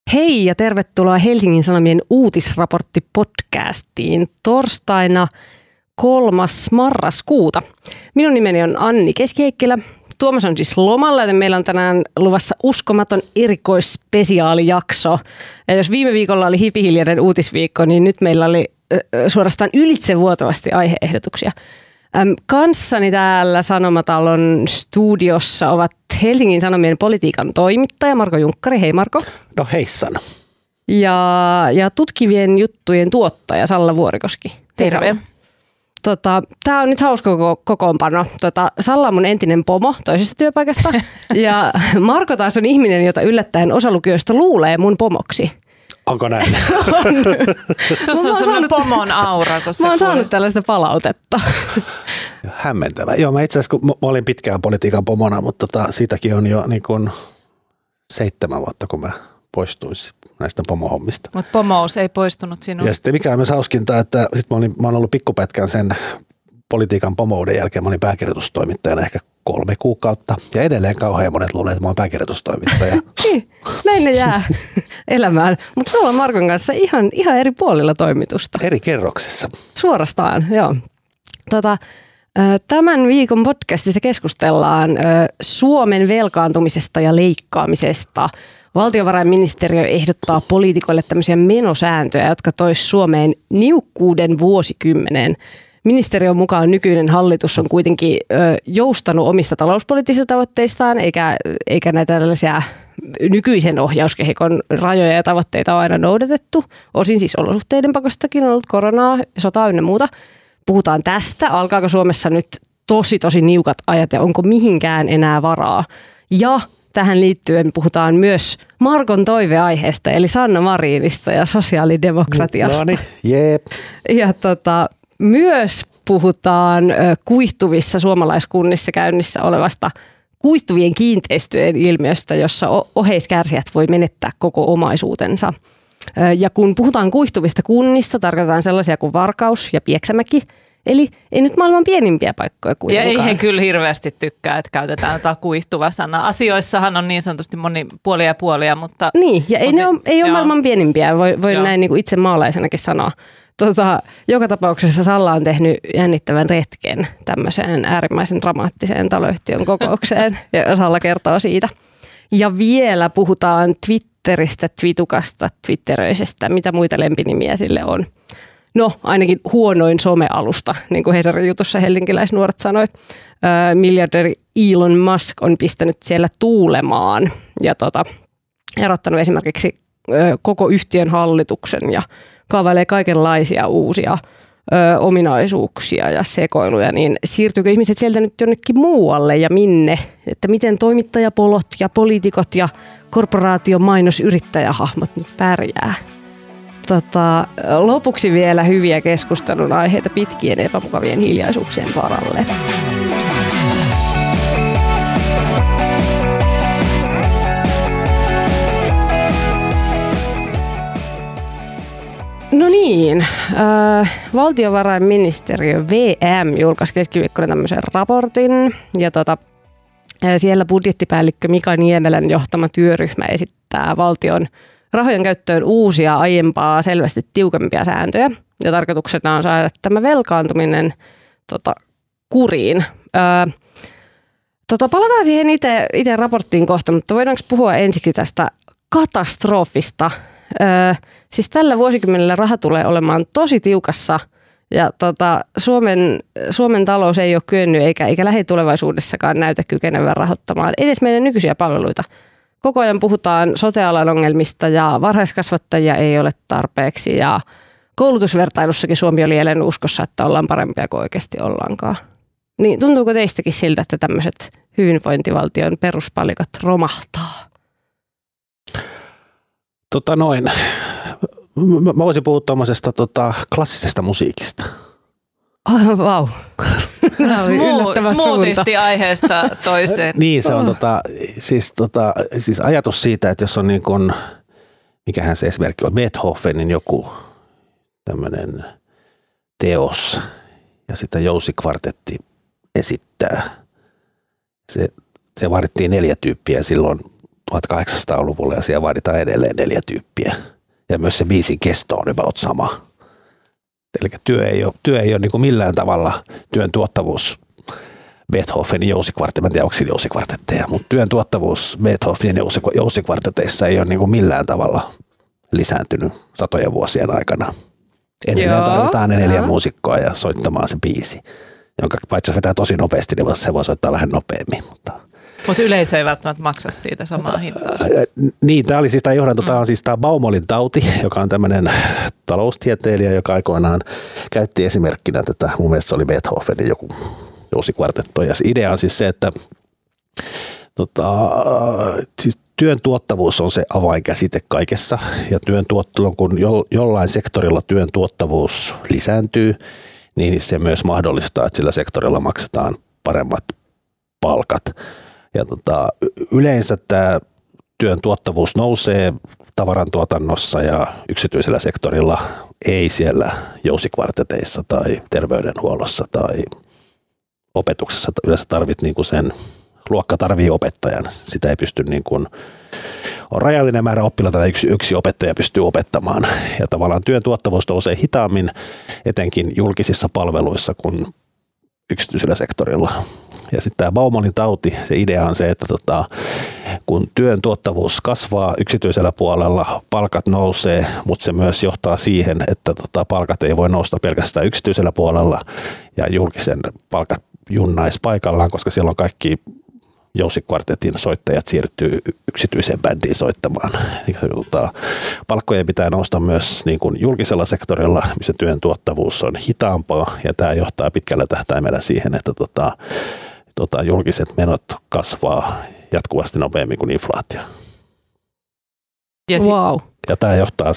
Hei ja tervetuloa Helsingin Sanomien uutisraportti-podcastiin torstaina 3. marraskuuta. Minun nimeni on Anni Keskiheikkilä. Tuomas on siis lomalla, joten meillä on tänään luvassa uskomaton erikoisspesiaalijakso. Ja jos viime viikolla oli hipihiljainen uutisviikko, niin nyt meillä oli suorastaan ylitsevuotavasti aiheehdotuksia. Kanssani täällä Sanomatalon studiossa ovat Helsingin Sanomien politiikan toimittaja Marko Junkkari. Hei Marko. No heissan. Ja tutkivien juttujen tuottaja Salla Vuorikoski. Terve. Tämä on nyt hauska kokoonpano. Salla on mun entinen pomo toisesta työpaikasta ja Marko taas on ihminen, jota yllättäen osa lukijoista luulee mun pomoksi. Onko näin? Sussa on sellainen pomon aura. Mä oon saanut tällaista palautetta. Hämmentävä. Joo, mä itse asiassa, kun mä olin pitkään politiikan pomona, mutta siitäkin on jo niin kuin 7 vuotta, kun mä poistuin näistä pomohommista. Mutta pomous ei poistunut sinun. Ja sitten mikä on myös hauskinta, että sit mä oon ollut pikkupätkän sen politiikan pomouden jälkeen. Mä olin pääkirjoitustoimittajana ehkä 3 kuukautta. Ja edelleen kauhean monet luulee, että mä oon pääkirjoitustoimittaja. Näin ne jää elämään. Mutta me ollaan Markon kanssa ihan eri puolilla toimitusta. Eri kerroksessa. Suorastaan, joo. Tämän viikon podcastissa keskustellaan Suomen velkaantumisesta ja leikkaamisesta. Valtiovarainministeriö ehdottaa poliitikoille tämmöisiä menosääntöjä, jotka tois Suomeen niukkuuden vuosikymmeneen. Ministeriön mukaan nykyinen hallitus on kuitenkin joustanut omista talouspoliittisista tavoitteistaan, eikä näitä tällaisia nykyisen ohjauskehikon rajoja ja tavoitteita ole aina noudatettu. Osin siis olosuhteiden pakostakin on ollut koronaa, sotaa ynnä muuta. Puhutaan tästä, alkaako Suomessa nyt tosi niukat ajat ja onko mihinkään enää varaa. Ja tähän liittyen puhutaan myös Markon toiveaiheesta, eli Sanna Marinista ja sosiaalidemokratiasta. No niin, jep. Ja myös puhutaan kuihtuvissa suomalaiskunnissa käynnissä olevasta kuihtuvien kiinteistöjen ilmiöstä, jossa oheiskärsijät voi menettää koko omaisuutensa. Ja kun puhutaan kuihtuvista kunnista, tarkoitetaan sellaisia kuin Varkaus ja Pieksämäki. Eli ei nyt maailman pienimpiä paikkoja kuitenkaan. Ja eihän kyllä hirveästi tykkää, että käytetään jotain kuihtuva sana. Asioissahan on niin sanotusti puolia ja puolia, mutta... Niin, ja ei ole maailman pienimpiä, voi näin niin kuin itse maalaisenakin sanoa. Joka tapauksessa Salla on tehnyt jännittävän retken tämmöiseen äärimmäisen dramaattiseen taloyhtiön kokoukseen, ja Salla kertoo siitä. Ja vielä puhutaan Twitteristä, Twitukasta, Twitteröisestä, mitä muita lempinimiä sille on. No, ainakin huonoin somealusta, niin kuin Hesarin jutussa helsinkiläisnuoret sanoi. Miljardööri Elon Musk on pistänyt siellä tuulemaan ja erottanut esimerkiksi koko yhtiön hallituksen ja kaavailee kaikenlaisia uusia ominaisuuksia ja sekoiluja, niin siirtyykö ihmiset sieltä nyt jonnekin muualle ja minne? Että miten toimittajapolot ja poliitikot ja korporaation mainosyrittäjähahmot nyt pärjää? Lopuksi vielä hyviä keskustelun aiheita pitkien epämukavien hiljaisuuksien varalle. No niin, valtiovarainministeriö VM julkaisi keskiviikkona tämmöisen raportin ja siellä budjettipäällikkö Mika Niemelän johtama työryhmä esittää valtion rahojen käyttöön uusia aiempaa selvästi tiukempia sääntöjä ja tarkoituksena on saada tämä velkaantuminen kuriin. Palataan siihen itse raporttiin kohta, mutta voidaanko puhua ensiksi tästä katastrofista? Siis tällä vuosikymmenellä raha tulee olemaan tosi tiukassa ja Suomen talous ei ole kyennyt eikä lähitulevaisuudessakaan näytä kykenevän rahoittamaan edes meidän nykyisiä palveluita. Koko ajan puhutaan sote-alan ongelmista ja varhaiskasvattajia ei ole tarpeeksi ja koulutusvertailussakin Suomi oli elänyt uskossa, että ollaan parempia kuin oikeasti ollaankaan. Niin tuntuuko teistäkin siltä, että tämmöiset hyvinvointivaltion peruspalikat romahtaa? Mä voisin puhua tuommoisesta klassisesta musiikista. Vau. Smoothisti aiheesta toiseen. Niin, se on siis ajatus siitä, että jos on niin kuin, mikähän se esimerkki on, Beethovenin joku tämmöinen teos ja sitä jousikvartetti esittää. Se vaadittiin 4 tyyppiä silloin 1800-luvulla ja siellä vaaditaan edelleen 4 tyyppiä. Ja myös se biisin kesto on about sama. Eli työ ei ole niin kuin millään tavalla työn tuottavuus Beethovenin jousikvartetteja, mä en tiedä onko siinä jousikvartetteja, mutta työn tuottavuus Beethovenin jousikvarteteissa ei ole niin kuin millään tavalla lisääntynyt satojen vuosien aikana. Edelleen tarvitaan ne 4 muusikkoa ja soittamaan se biisi, jonka paitsi jos vetää tosi nopeasti, niin se voi soittaa vähän nopeammin. Mutta yleisö ei välttämättä maksa siitä samaa hintaa. Niin, tämä oli siis tämä on siis tämä Baumolin tauti, joka on tämmöinen taloustieteilijä, joka aikoinaan käytti esimerkkinä tätä, mun mielestä se oli Beethovenin joku jousikvartetto. Ja se idea on siis se, että siis työn tuottavuus on se avainkäsite kaikessa ja kun jollain sektorilla työn tuottavuus lisääntyy, niin se myös mahdollistaa, että sillä sektorilla maksetaan paremmat palkat. Ja yleensä tämä työn tuottavuus nousee tavarantuotannossa ja yksityisellä sektorilla, ei siellä jousikvarteteissa tai terveydenhuollossa tai opetuksessa. Yleensä luokka tarvii opettajan. Sitä ei pysty on rajallinen määrä oppilaita tai yksi opettaja pystyy opettamaan. Ja tavallaan työn tuottavuus nousee hitaammin, etenkin julkisissa palveluissa kuin yksityisellä sektorilla. Ja sitten tämä Baumolin tauti, se idea on se, että kun työn tuottavuus kasvaa yksityisellä puolella, palkat nousee, mutta se myös johtaa siihen, että palkat ei voi nousta pelkästään yksityisellä puolella ja julkisen palkat junnais paikallaan, koska siellä on kaikki jousikvartetin soittajat siirtyy yksityiseen bändiin soittamaan. Palkkojen pitää nousta myös niin kuin julkisella sektorilla, missä työn tuottavuus on hitaampaa, ja tämä johtaa pitkällä tähtäimellä siihen, että julkiset kasvaa jatkuvasti nopeammin kuin inflaatio. Wow. Ja tämä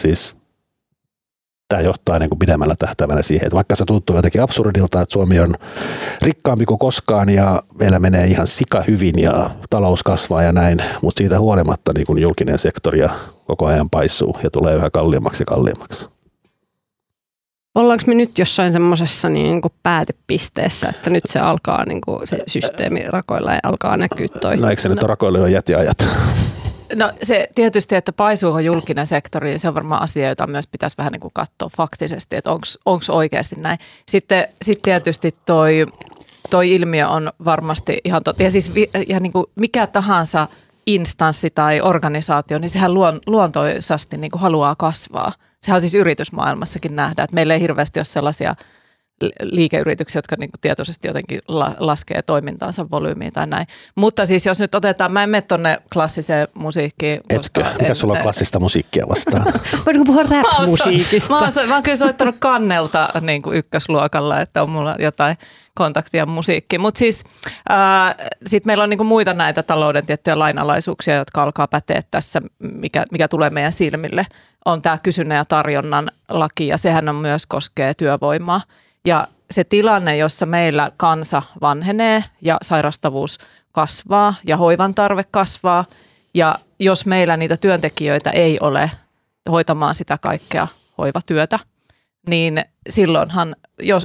johtaa niin kuin pidemmällä tähtäimellä siihen, että vaikka se tuntuu jotenkin absurdilta, että Suomi on rikkaampi kuin koskaan ja meillä menee ihan sika hyvin ja talous kasvaa ja näin, mutta siitä huolimatta niin kuin julkinen sektori koko ajan paisuu ja tulee yhä kalliimmaksi ja kalliimmaksi. Ollaanko me nyt jossain semmoisessa niin kuin päätepisteessä, että nyt se alkaa niin kuin se systeemi rakoilla ja alkaa näkyä toi? No eikö se nyt ole rakoilla jo jätiajat? No se tietysti, että paisuuko julkinen sektori, se on varmaan asia, jota myös pitäisi vähän niin kuin katsoa faktisesti, että onko oikeasti näin. Sitten tietysti toi ilmiö on varmasti ihan totta. Ja siis ihan niin kuin mikä tahansa instanssi tai organisaatio, niin sehän luontoisesti niin kuin haluaa kasvaa. Sehän on siis yritysmaailmassakin nähdä, että meillä ei hirveästi ole sellaisia liikeyrityksiä, jotka niin kuin tietoisesti jotenkin laskee toimintaansa volyymiin tai näin. Mutta siis jos nyt otetaan, mä en mene tuonne klassiseen musiikkiin. Etkö? Mikä sulla on klassista musiikkia vastaan? Voinko puhua rap-musiikista? Mä oon kyllä soittanut kannelta niin kuin ykkösluokalla, että on mulla jotain kontaktia musiikkiin. Mutta siis sit meillä on niin kuin muita näitä talouden tiettyjä lainalaisuuksia, jotka alkaa päteä tässä, mikä tulee meidän silmille. On tämä kysynnän ja tarjonnan laki ja sehän on myös koskee työvoimaa. Ja se tilanne, jossa meillä kansa vanhenee ja sairastavuus kasvaa ja hoivan tarve kasvaa ja jos meillä niitä työntekijöitä ei ole hoitamaan sitä kaikkea hoivatyötä, niin silloinhan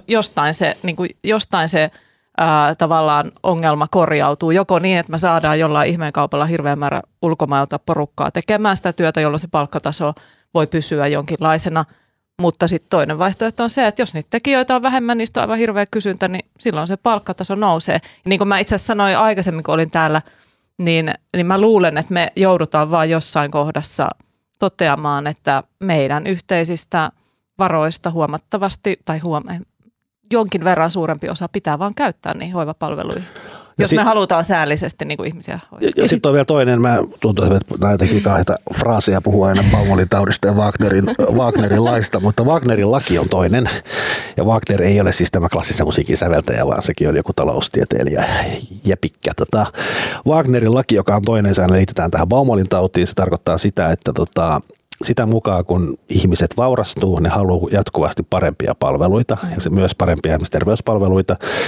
jostain se tavallaan ongelma korjautuu. Joko niin, että me saadaan jollain ihmeen kaupalla hirveän määrä ulkomailta porukkaa tekemään sitä työtä, jolloin se palkkataso voi pysyä jonkinlaisena. Mutta sitten toinen vaihtoehto on se, että jos niitä tekijöitä on vähemmän, niistä on aivan hirveä kysyntä, niin silloin se palkkataso nousee. Ja niin kuin mä itse asiassa sanoin aikaisemmin, kun olin täällä, niin mä luulen, että me joudutaan vaan jossain kohdassa toteamaan, että meidän yhteisistä varoista huomattavasti tai jonkin verran suurempi osa pitää vaan käyttää niihin hoivapalveluihin. Jos me halutaan säällisesti niin kuin ihmisiä hoitaa. Ja sitten on vielä toinen, mä tuntuu, että nämä jotenkin kahta fraaseja puhuu aina Baumolin taudista ja Wagnerin laista, mutta Wagnerin laki on toinen. Ja Wagner ei ole siis tämä klassisen musiikin säveltäjä, vaan sekin on joku taloustieteilijä jäpikkä. Wagnerin laki, joka on toinen, se aina liitetään tähän Baumolin tautiin. Se tarkoittaa sitä, että sitä mukaan, kun ihmiset vaurastuu, ne haluaa jatkuvasti parempia palveluita ja se myös parempia terveyspalveluita.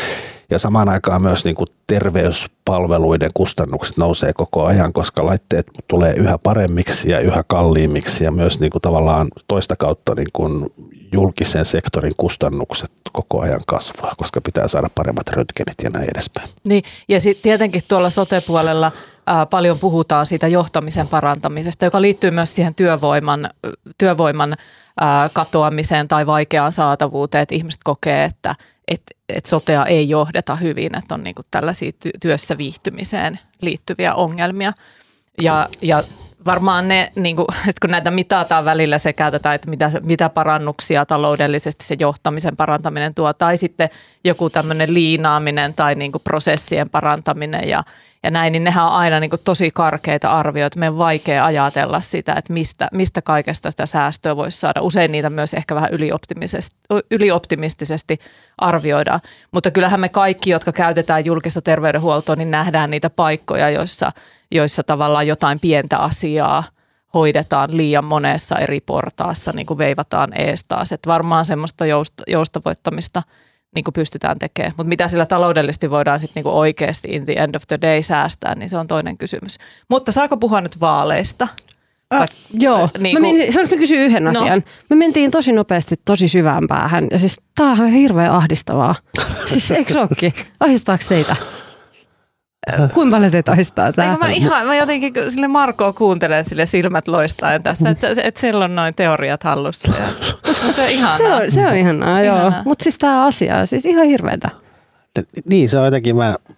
Ja samaan aikaan myös niin kuin terveyspalveluiden kustannukset nousee koko ajan, koska laitteet tulee yhä paremmiksi ja yhä kalliimmiksi ja myös niin kuin tavallaan toista kautta niin kuin julkisen sektorin kustannukset koko ajan kasvaa, koska pitää saada paremmat röntgenit ja näin edespäin. Niin, ja sitten tietenkin tuolla sote-puolella paljon puhutaan siitä johtamisen parantamisesta, joka liittyy myös siihen työvoiman katoamiseen tai vaikeaan saatavuuteen, että ihmiset kokee, että sotea ei johdeta hyvin, että on niinku tällaisia työssä viihtymiseen liittyviä ongelmia. Ja varmaan ne, niinku, kun näitä mitataan välillä sekä tätä, että mitä parannuksia taloudellisesti se johtamisen parantaminen tuo, tai sitten joku tämmöinen liinaaminen tai niinku prosessien parantaminen ja näin, niin nehän on aina niin kuin tosi karkeita arvioita. Meidän on vaikea ajatella sitä, että mistä kaikesta sitä säästöä voisi saada. Usein niitä myös ehkä vähän ylioptimistisesti arvioidaan. Mutta kyllähän me kaikki, jotka käytetään julkista terveydenhuoltoa, niin nähdään niitä paikkoja, joissa tavallaan jotain pientä asiaa hoidetaan liian monessa eri portaassa, niin kuin veivataan ees taas. Että varmaan semmoista joustavoittamista niin kuin pystytään tekemään. Mutta mitä sillä taloudellisesti voidaan sitten niin oikeasti in the end of the day säästää, niin se on toinen kysymys. Mutta saako puhua nyt vaaleista? Joo. Saanko kysyä yhden asian? Me mentiin tosi nopeasti tosi syvään päähän. Ja siis tää on hirveän ahdistavaa. Siis eikö se ookin? Ahdistaako teitä? Kuinka paljon teitä ahistaa tää? Mä jotenkin sille Markoa kuuntelen sille silmät loistaen tässä, että siellä on noin teoriat hallussa. Se on ihanaa, joo. Mutta siis tää asia, siis ihan hirveetä. Niin, se on jotenkin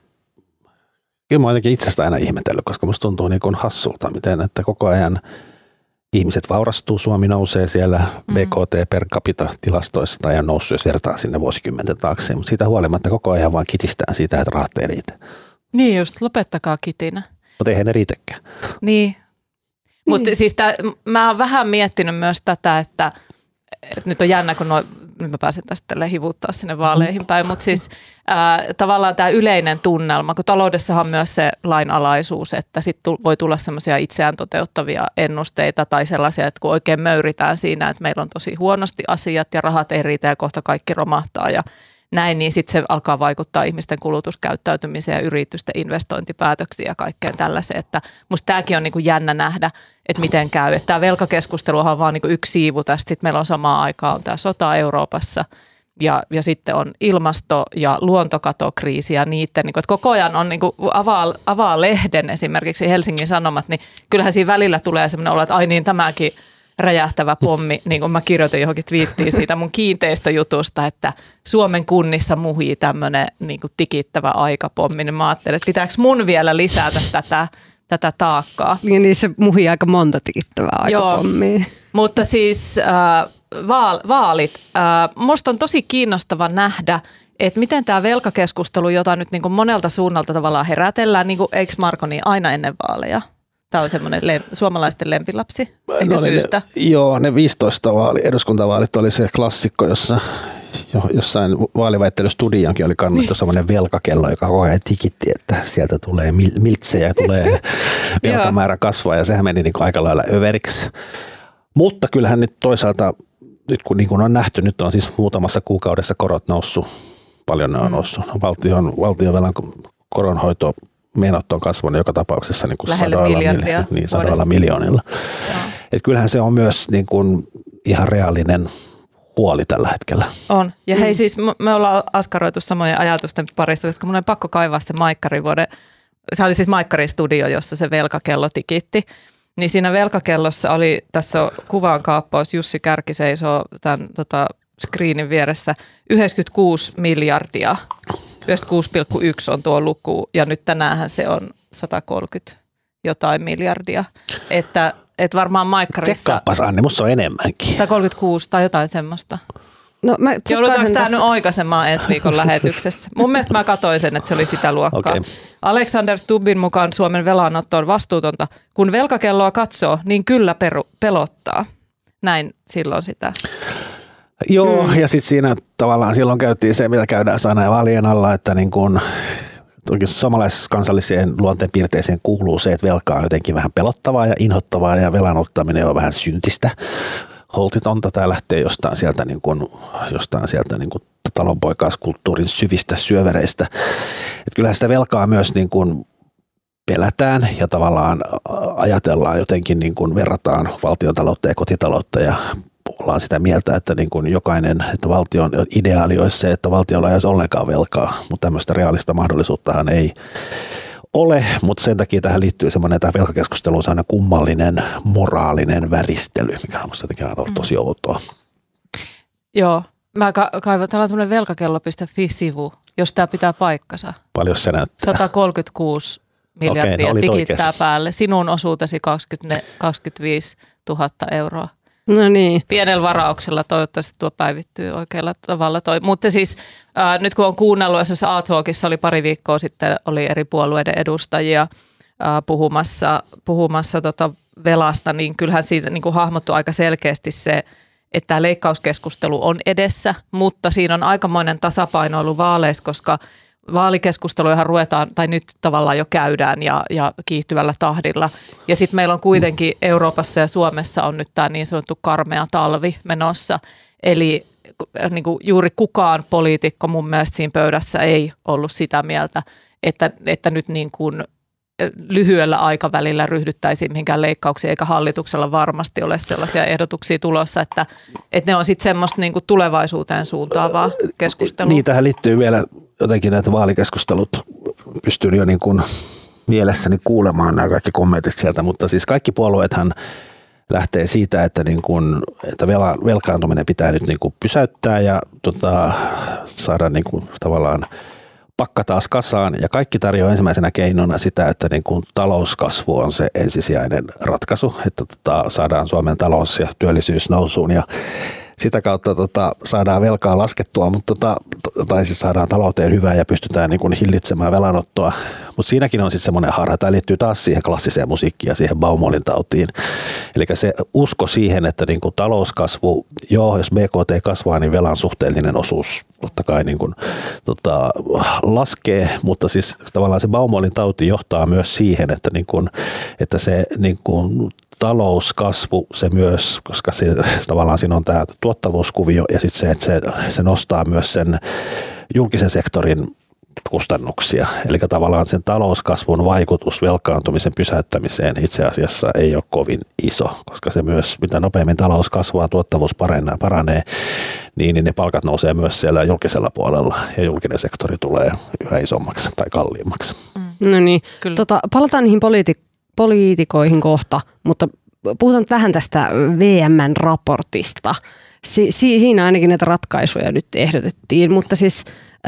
kyllä mä oon jotenkin itsestä aina ihmetellyt, koska musta tuntuu niin kuin hassulta, miten että koko ajan ihmiset vaurastuu, Suomi nousee siellä BKT per capita tilastoissa tai on noussut, jos vertaa sinne vuosikymmenten taakse, mutta siitä huolimatta koko ajan vaan kitistään siitä, että rahat ei riitä. Niin just, lopettakaa kitinä. Mutta eihän ne riitäkään. Niin, mutta siis mä oon vähän miettinyt myös tätä, että nyt on jännä, kun nyt mä pääsen tästä hivuttaa sinne vaaleihin päin, mutta siis tavallaan tämä yleinen tunnelma, kun taloudessahan on myös se lainalaisuus, että sitten voi tulla semmoisia itseään toteuttavia ennusteita tai sellaisia, että kun oikein möyritään siinä, että meillä on tosi huonosti asiat ja rahat ei riitä ja kohta kaikki romahtaa ja näin, niin sitten se alkaa vaikuttaa ihmisten kulutuskäyttäytymiseen ja yritysten investointipäätöksiin ja kaikkeen tällaiseen. Että musta tämäkin on niinku jännä nähdä, että miten käy. Tämä velkakeskusteluhan on vaan niinku yksi siivu tästä. Sitten meillä on samaan aikaan on tämä sota Euroopassa ja sitten on ilmasto- ja luontokatokriisi ja niiden, niinku, että koko ajan on niinku avaa lehden esimerkiksi Helsingin Sanomat, niin kyllähän siinä välillä tulee sellainen olo, että ai niin tämäkin räjähtävä pommi, niin kuin mä kirjoitin johonkin twiittiin siitä mun kiinteistöjutusta, että Suomen kunnissa muhii tämmöinen niin kuin tikittävä aikapommi, niin mä ajattelin, että pitääkö mun vielä lisätä tätä taakkaa. Niin se muhii aika monta tikittävää aikapommia. Joo, mutta siis vaalit. Musta on tosi kiinnostava nähdä, että miten tämä velkakeskustelu, jota nyt niin kuin monelta suunnalta tavallaan herätellään, niin kuin eikö Marko niin aina ennen vaaleja? Tämä on semmoinen suomalaisten lempilapsi, ehkä syystä. Joo, ne 15 eduskuntavaalit oli se klassikko, jossa jossain vaaliväittelystudiankin oli kannattu semmoinen velkakello, joka koko ajan tikitti, että sieltä tulee miltsejä, tulee velkamäärä kasvaa ja sehän meni niin kuin aika lailla överiksi. Mutta kyllähän nyt toisaalta, nyt kun niin kuin on nähty, nyt on siis muutamassa kuukaudessa korot noussut, paljon ne on noussut. Valtionvelan koronhoito menot on kasvanut joka tapauksessa niin kuin 100 miljoonilla. Et kyllähän se on myös niin kuin ihan reaalinen huoli tällä hetkellä. On. Ja hei siis me ollaan askaroitu samojen ajatusten parissa, koska mun on pakko kaivaa se se oli siis Maikkarin studio, jossa se velkakello tikitti. Niin siinä velkakellossa oli, tässä on kuvan kaappaus, Jussi Kärki seisoo tämän screenin vieressä, 96 miljardia. 96,1 on tuo luku ja nyt tänäänhän se on 130 jotain miljardia. Että varmaan Maikkarissa... Tsekkaappas Anni, musta on enemmänkin. 136 tai jotain semmoista. No, joudutaanko tämä nyt oikaisemaan ensi viikon lähetyksessä? Mun mielestä mä katsoin sen, että se oli sitä luokkaa. Okay. Alexander Stubbin mukaan Suomen velanotto on vastuutonta. Kun velkakelloa katsoo, niin kyllä pelottaa. Näin silloin sitä. Joo, ja sitten siinä tavallaan silloin käytiin se, mitä käydään aina vaalien alla, että niin kun, samanlaisessa kansalliseen luonteenpiirteeseen kuuluu se, että velka on jotenkin vähän pelottavaa ja inhottavaa ja velan ottaminen on vähän syntistä, holtitonta. Tämä lähtee jostain sieltä talonpoikaiskulttuurin syvistä syövereistä. Että kyllähän sitä velkaa myös niin kuin pelätään ja tavallaan ajatellaan jotenkin, niin kuin verrataan valtiontaloutta ja kotitaloutta ja ollaan sitä mieltä, että niin kuin että valtion ideaali olisi se, että valtiolla ei olisi ollenkaan velkaa, mutta tämmöistä realista mahdollisuuttahan ei ole, mutta sen takia tähän liittyy semmoinen, että velkakeskustelu on aina kummallinen moraalinen väristely, mikä on musta jotenkin aina tosi outoa. Joo, mä kaivan, täällä on tämmöinen velkakello.fi-sivu, jos tämä pitää paikkansa. Paljon se näyttää? 136 miljardia tikittää päälle. Sinun osuutesi 25 000 euroa. No niin. Pienellä varauksella toivottavasti tuo päivittyy oikealla tavalla. Mutta siis nyt kun on kuunnellut, esimerkiksi A-Talkissa oli pari viikkoa sitten, oli eri puolueiden edustajia puhumassa velasta, niin kyllähän siitä niin kuin hahmottui aika selkeästi se, että tämä leikkauskeskustelu on edessä, mutta siinä on aikamoinen tasapainoilu vaaleissa, koska vaalikeskustelujahan ruvetaan, tai nyt tavallaan jo käydään ja kiihtyvällä tahdilla. Ja sitten meillä on kuitenkin Euroopassa ja Suomessa on nyt tämä niin sanottu karmea talvi menossa. Eli niin kuin juuri kukaan poliitikko mun mielestä siinä pöydässä ei ollut sitä mieltä, että nyt niin kuin lyhyellä aikavälillä ryhdyttäisiin mihinkään leikkauksiin, eikä hallituksella varmasti ole sellaisia ehdotuksia tulossa, että ne on sitten semmoista niin kuin tulevaisuuteen suuntaavaa keskustelua. Niin, tähän liittyy vielä jotenkin näitä vaalikeskustelut. Pystyn jo niin kuin mielessäni kuulemaan nämä kaikki kommentit sieltä, mutta siis kaikki puolueethan lähtee siitä, että, niin kuin, että velkaantuminen pitää nyt niin kuin pysäyttää ja saada niin kuin tavallaan pakka taas kasaan, ja kaikki tarjoaa ensimmäisenä keinona sitä, että niin kuin talouskasvu on se ensisijainen ratkaisu, että saadaan Suomen talous ja työllisyys nousuun ja sitä kautta saadaan velkaa laskettua, mutta tai siis saadaan talouteen hyvää ja pystytään niin kuin hillitsemään velanottoa. Mutta siinäkin on sitten semmoinen harha. Tämä liittyy taas siihen klassiseen musiikkiin ja siihen Baumolin tautiin. Eli se usko siihen, että niin kuin talouskasvu, jos BKT kasvaa, niin velan suhteellinen osuus totta kai niin kuin, laskee, mutta siis tavallaan se Baumolin tauti johtaa myös siihen, että se niin kuin talouskasvu, se myös, koska tavallaan siinä on tämä tuottavuuskuvio ja sitten se, että se nostaa myös sen julkisen sektorin kustannuksia. Eli tavallaan sen talouskasvun vaikutus velkaantumisen pysäyttämiseen itse asiassa ei ole kovin iso, koska se myös, mitä nopeammin talous kasvaa, tuottavuus paranee, niin ne palkat nousee myös siellä julkisella puolella ja julkinen sektori tulee yhä isommaksi tai kalliimmaksi. No niin, palataan niihin poliitikoihin kohta, mutta puhutaan vähän tästä VM:n raportista. Siinä ainakin näitä ratkaisuja nyt ehdotettiin, mutta siis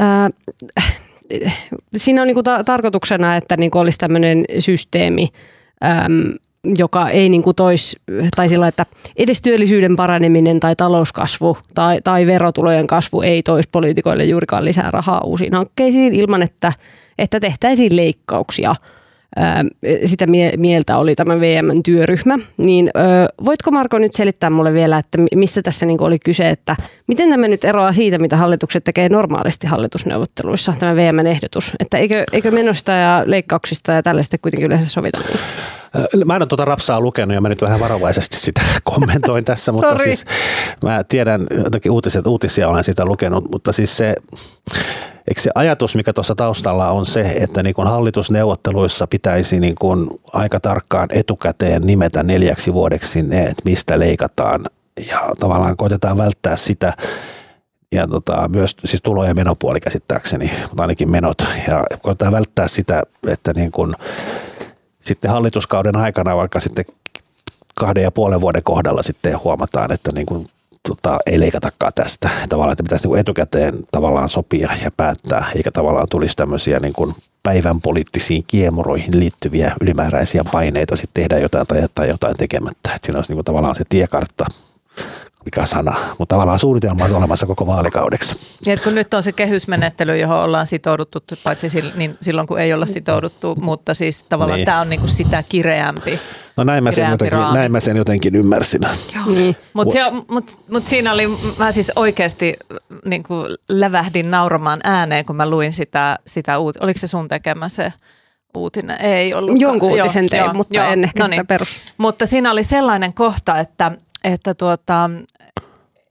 siinä on niinku tarkoituksena, että niinku olisi tämmöinen systeemi, joka ei niinku toisi, tai sillä, että edes työllisyyden paraneminen tai talouskasvu tai verotulojen kasvu ei toisi poliitikoille juurikaan lisää rahaa uusiin hankkeisiin ilman, että tehtäisiin leikkauksia. Sitä mieltä oli tämä VM:n työryhmä. Niin voitko Marko nyt selittää mulle vielä, että mistä tässä niinku oli kyse, että miten tämä nyt eroaa siitä, mitä hallitukset tekee normaalisti hallitusneuvotteluissa, tämä VM:n ehdotus, että eikö menosta ja leikkauksista ja tällaista kuitenkin yleensä sovita niissä? Mä en ole tuota rapsaa lukenut ja mä nyt vähän varovaisesti sitä kommentoin tässä, mutta siis mä tiedän jotakin uutisia olen sitä lukenut, mutta siis eikö se ajatus, mikä tuossa taustalla on se, että niin kun hallitusneuvotteluissa pitäisi niin kun aika tarkkaan etukäteen nimetä 4 vuodeksi ne, että mistä leikataan ja tavallaan koitetaan välttää sitä ja myös siis tulo- ja menopuoli käsittääkseni, mutta ainakin menot ja koitetaan välttää sitä, että niin kun sitten hallituskauden aikana vaikka sitten 2,5 vuoden kohdalla sitten huomataan, että niin kun ei leikatakaan tästä. Tavallaan, että pitäisi niin etukäteen tavallaan sopia ja päättää, eikä tavallaan tulisi tämmöisiä niin kuin päivän poliittisiin kiemuroihin liittyviä ylimääräisiä paineita sitten tehdä jotain tai jättää jotain tekemättä. Että siinä olisi niin kuin tavallaan se tiekartta, mikä sana, mutta tavallaan suunnitelma on olemassa koko vaalikaudeksi. Ja kun nyt on se kehysmenettely, johon ollaan sitouduttu, paitsi niin silloin kun ei olla sitouduttu, mutta siis tavallaan niin. Tämä on niin kuin sitä kireämpi. No näin mä sen jotenkin ymmärsin. Niin. Mutta siinä oli, mä siis oikeasti niin kuin lävähdin nauramaan ääneen, kun mä luin sitä oliko se sun tekemä se uutinen? Ei ollut. Jonkun uutisen tein, mutta en ehkä sitä perus. Mutta siinä oli sellainen kohta, että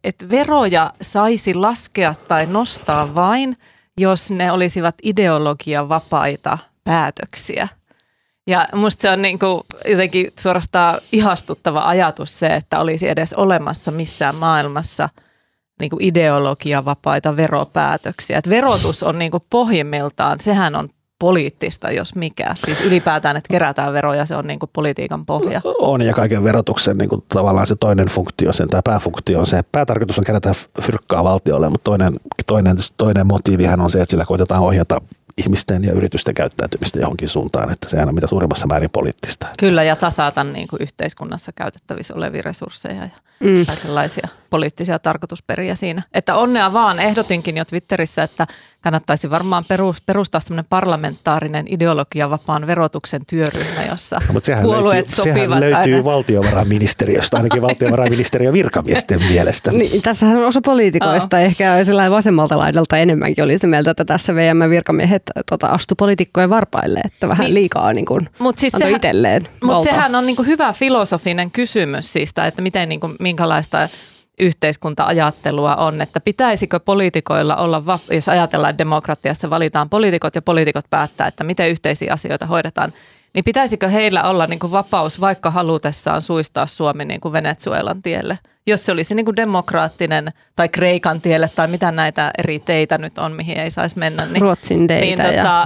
että veroja saisi laskea tai nostaa vain, jos ne olisivat ideologiavapaita päätöksiä. Ja musta se on niin kuin jotenkin suorastaan ihastuttava ajatus se, että olisi edes olemassa missään maailmassa niin kuin ideologiavapaita veropäätöksiä. Et verotus on niin kuin pohjimmiltaan, sehän on poliittista, jos mikä. Siis ylipäätään, että kerätään veroja, se on niin kuin politiikan pohja. On, ja kaiken verotuksen niin kuin tavallaan se toinen funktio, tai pääfunktio on se, päätarkoitus on kerätä fyrkkaa valtiolle, mutta toinen motiivihan on se, että sillä koitetaan ohjata ihmisten ja yritysten käyttäytymistä johonkin suuntaan, että sehän on mitä suurimmassa määrin poliittista. Kyllä, ja tasata niin kuin yhteiskunnassa käytettävissä olevia resursseja ja kaikenlaisia poliittisia tarkoitusperiä siinä. Että onnea vaan, ehdotinkin jo Twitterissä, että kannattaisi varmaan perustaa sellainen parlamentaarinen ideologiavapaan verotuksen työryhmä, jossa puolueet sopivat. Sehän löytyy valtiovarainministeriöstä, ainakin valtiovarainministeriön virkamiesten mielestä. Niin, tässähän on osa poliitikoista, ehkä sellainen vasemmalta laidalta enemmänkin oli se mieltä, että tässä VM-virkamiehet astu poliitikkojen varpaille, että vähän liikaa niin kuin antoi itselleen valtaa. Mutta sehän on niin kuin hyvä filosofinen kysymys siitä, että miten, niin kuin, minkälaista yhteiskunta-ajattelua on, että pitäisikö poliitikoilla olla, jos ajatellaan, että demokratiassa valitaan poliitikot ja poliitikot päättää, että miten yhteisiä asioita hoidetaan, niin pitäisikö heillä olla niin kuin vapaus vaikka halutessaan suistaa Suomi niin kuin Venezuelan tielle, jos se olisi niin kuin demokraattinen tai Kreikan tielle tai mitä näitä eri teitä nyt on, mihin ei saisi mennä. Niin, Ruotsin teitä.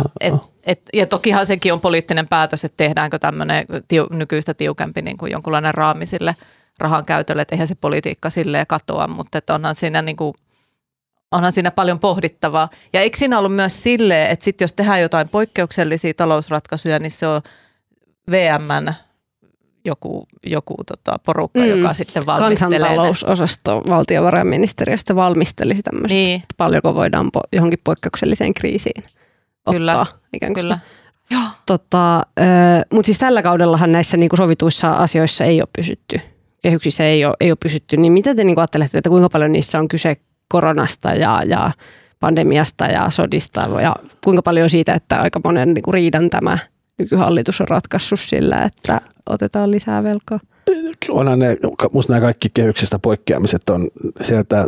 Ja tokihan sekin on poliittinen päätös, että tehdäänkö tämmöinen nykyistä tiukempi niin kuin jonkunlainen raami sille rahan käytölle, että eihän se politiikka silleen katoa, mutta että onhan siinä paljon pohdittavaa. Ja eikö siinä ollut myös silleen, että sit jos tehdään jotain poikkeuksellisia talousratkaisuja, niin se on VM:n joku porukka, joka sitten valmistelee. Kansantalousosasto valtiovarainministeriöstä valmistelisi tämmöistä, niin. Paljonko voidaan johonkin poikkeukselliseen kriisiin ottaa. Kyllä. Mutta siis tällä kaudellahan näissä niinku sovituissa asioissa ei ole pysytty. Kehyksissä ei ole pysytty, niin mitä te niinku ajattelette, että kuinka paljon niissä on kyse koronasta ja pandemiasta ja sodista ja kuinka paljon siitä, että aika monen niinku riidan tämä nykyhallitus on ratkaissut sillä, että otetaan lisää velkaa? Onhan musta nämä kaikki kehyksistä poikkeamiset on sieltä,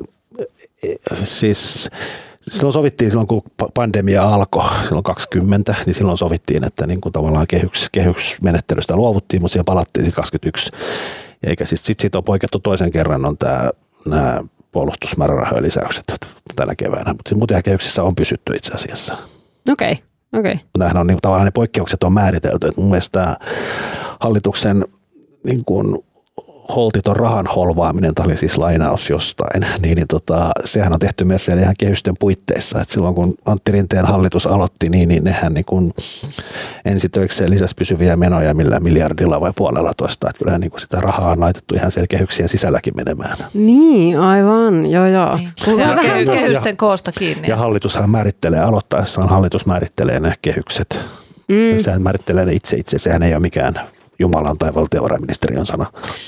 siis silloin sovittiin, silloin kun pandemia alkoi, silloin 20, niin silloin sovittiin, että niin kuin tavallaan kehysmenettelystä luovuttiin, mutta siihen palattiin sitten 21. Eikä sitten on poikettu toisen kerran on nämä puolustusmäärärahojen lisäykset tänä keväänä, mutta muuten kehyksissä on pysytty itse asiassa. Okei. Nämähän on niin, tavallaan ne poikkeukset on määritelty, että mun mielestä hallituksen niin kuin holtiton rahan holvaaminen, tämä oli siis lainaus jostain, sehän on tehty myös siellä ihan kehysten puitteissa. Että silloin kun Antti Rinteen hallitus aloitti, niin nehän niin kuin ensitöikseen lisäsi pysyviä menoja millä miljardilla vai 1,5. Että kyllähän niin kuin sitä rahaa on laitettu ihan siellä kehyksien sisälläkin menemään. Niin, aivan, joo. Niin. Se on kehysten koosta kiinni. Ja hallitushan aloittaessaan hallitus määrittelee ne kehykset. Sehän määrittelee ne itse, sehän ei ole mikään Jumalan tai valtiovarainministeriön sana.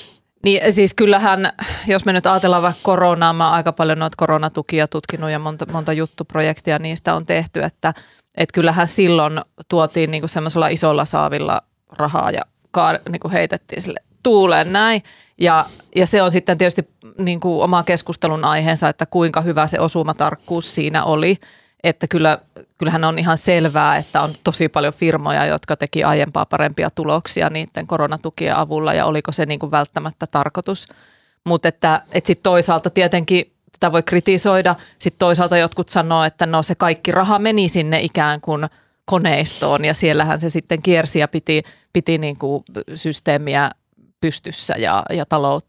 Niin siis kyllähän, jos me nyt ajatellaan vaikka koronaa, mä oon aika paljon noita koronatukia tutkinut ja monta juttuprojektia niistä on tehty, että kyllähän silloin tuotiin niinku semmoisella isolla saavilla rahaa ja niinku heitettiin sille tuuleen näin. Ja se on sitten tietysti niinku oma keskustelun aiheensa, että kuinka hyvä se osumatarkkuus siinä oli. Että kyllähän on ihan selvää, että on tosi paljon firmoja, jotka teki aiempaa parempia tuloksia niiden koronatukien avulla ja oliko se niin kuin välttämättä tarkoitus. Mutta että sitten toisaalta tietenkin tätä voi kritisoida. Sitten toisaalta jotkut sanoo, että no se kaikki raha meni sinne ikään kuin koneistoon ja siellähän se sitten kiersi ja piti niin kuin systeemiä pystyssä ja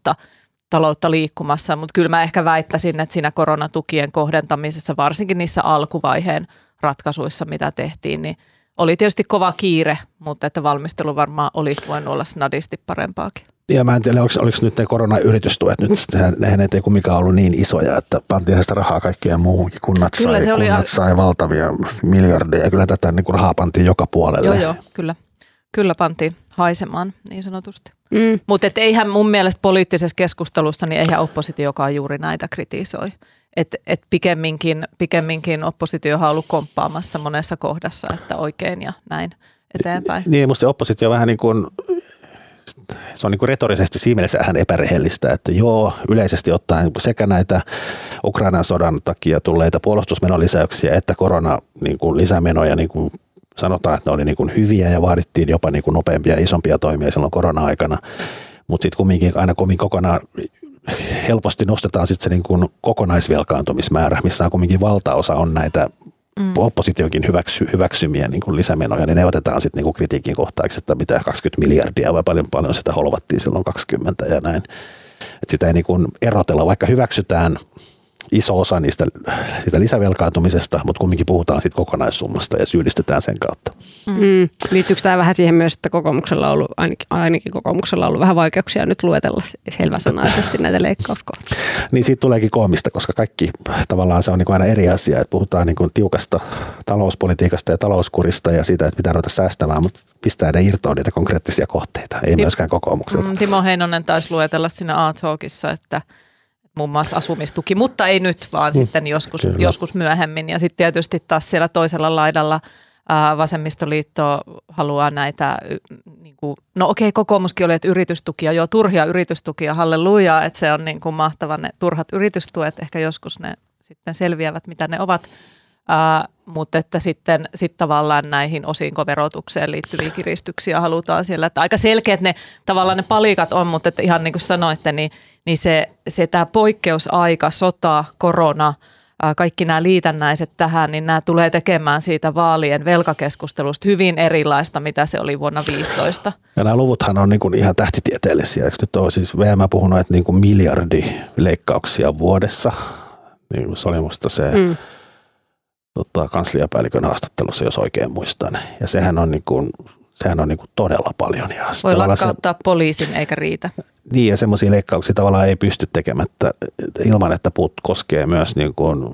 taloutta liikkumassa, mutta kyllä mä ehkä väittäisin, että siinä koronatukien kohdentamisessa, varsinkin niissä alkuvaiheen ratkaisuissa, mitä tehtiin, niin oli tietysti kova kiire, mutta että valmistelu varmaan olisi voinut olla snadisti parempaakin. Ja mä en tiedä, oliko nyt ne koronayritystuet, nyt nehän ei kumminkaan ollut niin isoja, että pantiin sitä rahaa kaikkeen muuhunkin. Kunnat sai valtavia miljardeja ja kyllä tätä niin kuin rahaa pantiin joka puolelle. Joo, kyllä pantiin haisemaan niin sanotusti. Mutta eihän mun mielestä poliittisessa keskustelussa, niin eihän oppositiokaan juuri näitä kritisoi. Et pikemminkin oppositiohan on ollut komppaamassa monessa kohdassa, että oikein ja näin eteenpäin. Niin, musta oppositio vähän niin kuin, se on niin kuin retorisesti siinä mielessä vähän epärehellistä, että joo, yleisesti ottaen sekä näitä Ukrainan sodan takia tulleita puolustusmenolisäyksiä että korona niin kuin lisämenoja niin kuin sanotaan, että ne oli niin kuin hyviä ja vaadittiin jopa niin kuin nopeampia ja isompia toimia silloin korona-aikana, mutta sitten kumminkin aina kokonaan helposti nostetaan sitten se niin kuin kokonaisvelkaantumismäärä, missä on kumminkin valtaosa on näitä oppositionkin hyväksymiä niin kuin lisämenoja, niin ne otetaan sitten niin kuin kritiikin kohtaaksi, että mitä 20 miljardia vai paljon sitä holvattiin silloin 20 ja näin. Et sitä ei niin kuin erotella, vaikka hyväksytään iso osa siitä lisävelkaantumisesta, mutta kumminkin puhutaan siitä kokonaissummasta ja syyllistetään sen kautta. Liittyykö tämä vähän siihen myös, että kokoomuksella on ollut, ainakin kokoomuksella on ollut vähän vaikeuksia nyt luetella selväsanaisesti näitä leikkauskohtia? Niin siitä tuleekin koomista, koska kaikki tavallaan se on niin kuin aina eri asia, että puhutaan niin kuin tiukasta talouspolitiikasta ja talouskurista ja siitä, että pitää ruveta säästämään, mutta pistää ne irtoon niitä konkreettisia kohteita, ei myöskään kokoomukselta. Timo Heinonen taisi luetella siinä A-talkissa, että muun muassa asumistuki, mutta ei nyt, vaan sitten joskus myöhemmin. Ja sitten tietysti taas siellä toisella laidalla vasemmistoliitto haluaa näitä, niin kuin, no okei, kokoomuskin oli, että yritystukia, joo, turhia yritystukia, hallelujaa, että se on niin kuin mahtava ne turhat yritystuet, ehkä joskus ne sitten selviävät, mitä ne ovat. Mutta että sitten tavallaan näihin osinkoverotukseen liittyviä kiristyksiä halutaan siellä. Että aika selkeät ne tavallaan ne palikat on, mutta että ihan niin kuin sanoitte, niin se tämä poikkeusaika, sota, korona, kaikki nämä liitännäiset tähän, niin nämä tulee tekemään siitä vaalien velkakeskustelusta hyvin erilaista, mitä se oli vuonna 2015. Ja nämä luvuthan on niin kuin ihan tähtitieteellisiä. Eikö nyt ole siis VM puhunut, että niin kuin miljardi leikkauksia vuodessa. Niin se oli musta se kansliapäällikön haastattelussa, jos oikein muistan. Ja sehän on niin kuin todella paljon. Ja voi lakkauttaa poliisin eikä riitä. Niin, ja semmoisia leikkauksia tavallaan ei pysty tekemättä ilman, että puut koskee myös niin kuin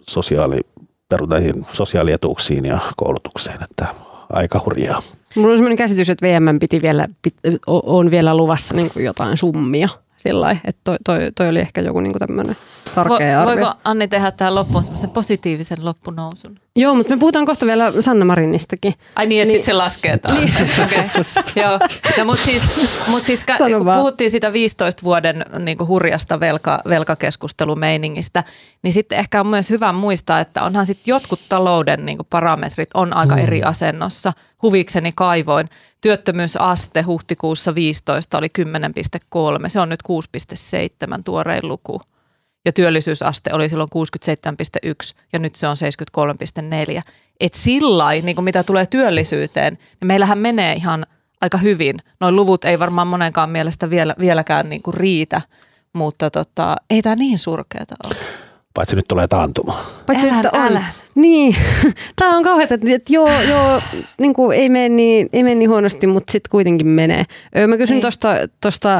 sosiaalietuuksiin ja koulutukseen, että aika hurjaa. Mulla on sellainen käsitys, että VM on vielä luvassa niin kuin jotain summia. Sillain, että toi oli ehkä joku niinku tämmöinen karkea arvio. Voiko Anni tehdä tähän loppuun semmoisen positiivisen loppunousun? Joo, mutta me puhutaan kohta vielä Sanna Marinistakin. Ai niin, että sitten se laskee taas. Okay. Joo. No, mutta siis kun puhuttiin siitä 15 vuoden niinku hurjasta velkakeskustelumeiningistä, niin sitten ehkä on myös hyvä muistaa, että onhan sitten jotkut talouden niinku parametrit on aika eri asennossa. Huvikseni kaivoin. Työttömyysaste huhtikuussa 15 oli 10,3. Se on nyt 6,7 tuorein luku. Ja työllisyysaste oli silloin 67,1 ja nyt se on 73,4. Et sillain, niin mitä tulee työllisyyteen, niin meillähän menee ihan aika hyvin. Noin luvut ei varmaan monenkaan mielestä vieläkään niin kuin riitä, mutta ei tämä niin surkeata ole. Paitsi nyt tulee taantuma. Paitsi, että on. Niin, tämä on kauheata, että joo niin kuin ei mene niin huonosti, mutta sitten kuitenkin menee. Mä kysyn tuosta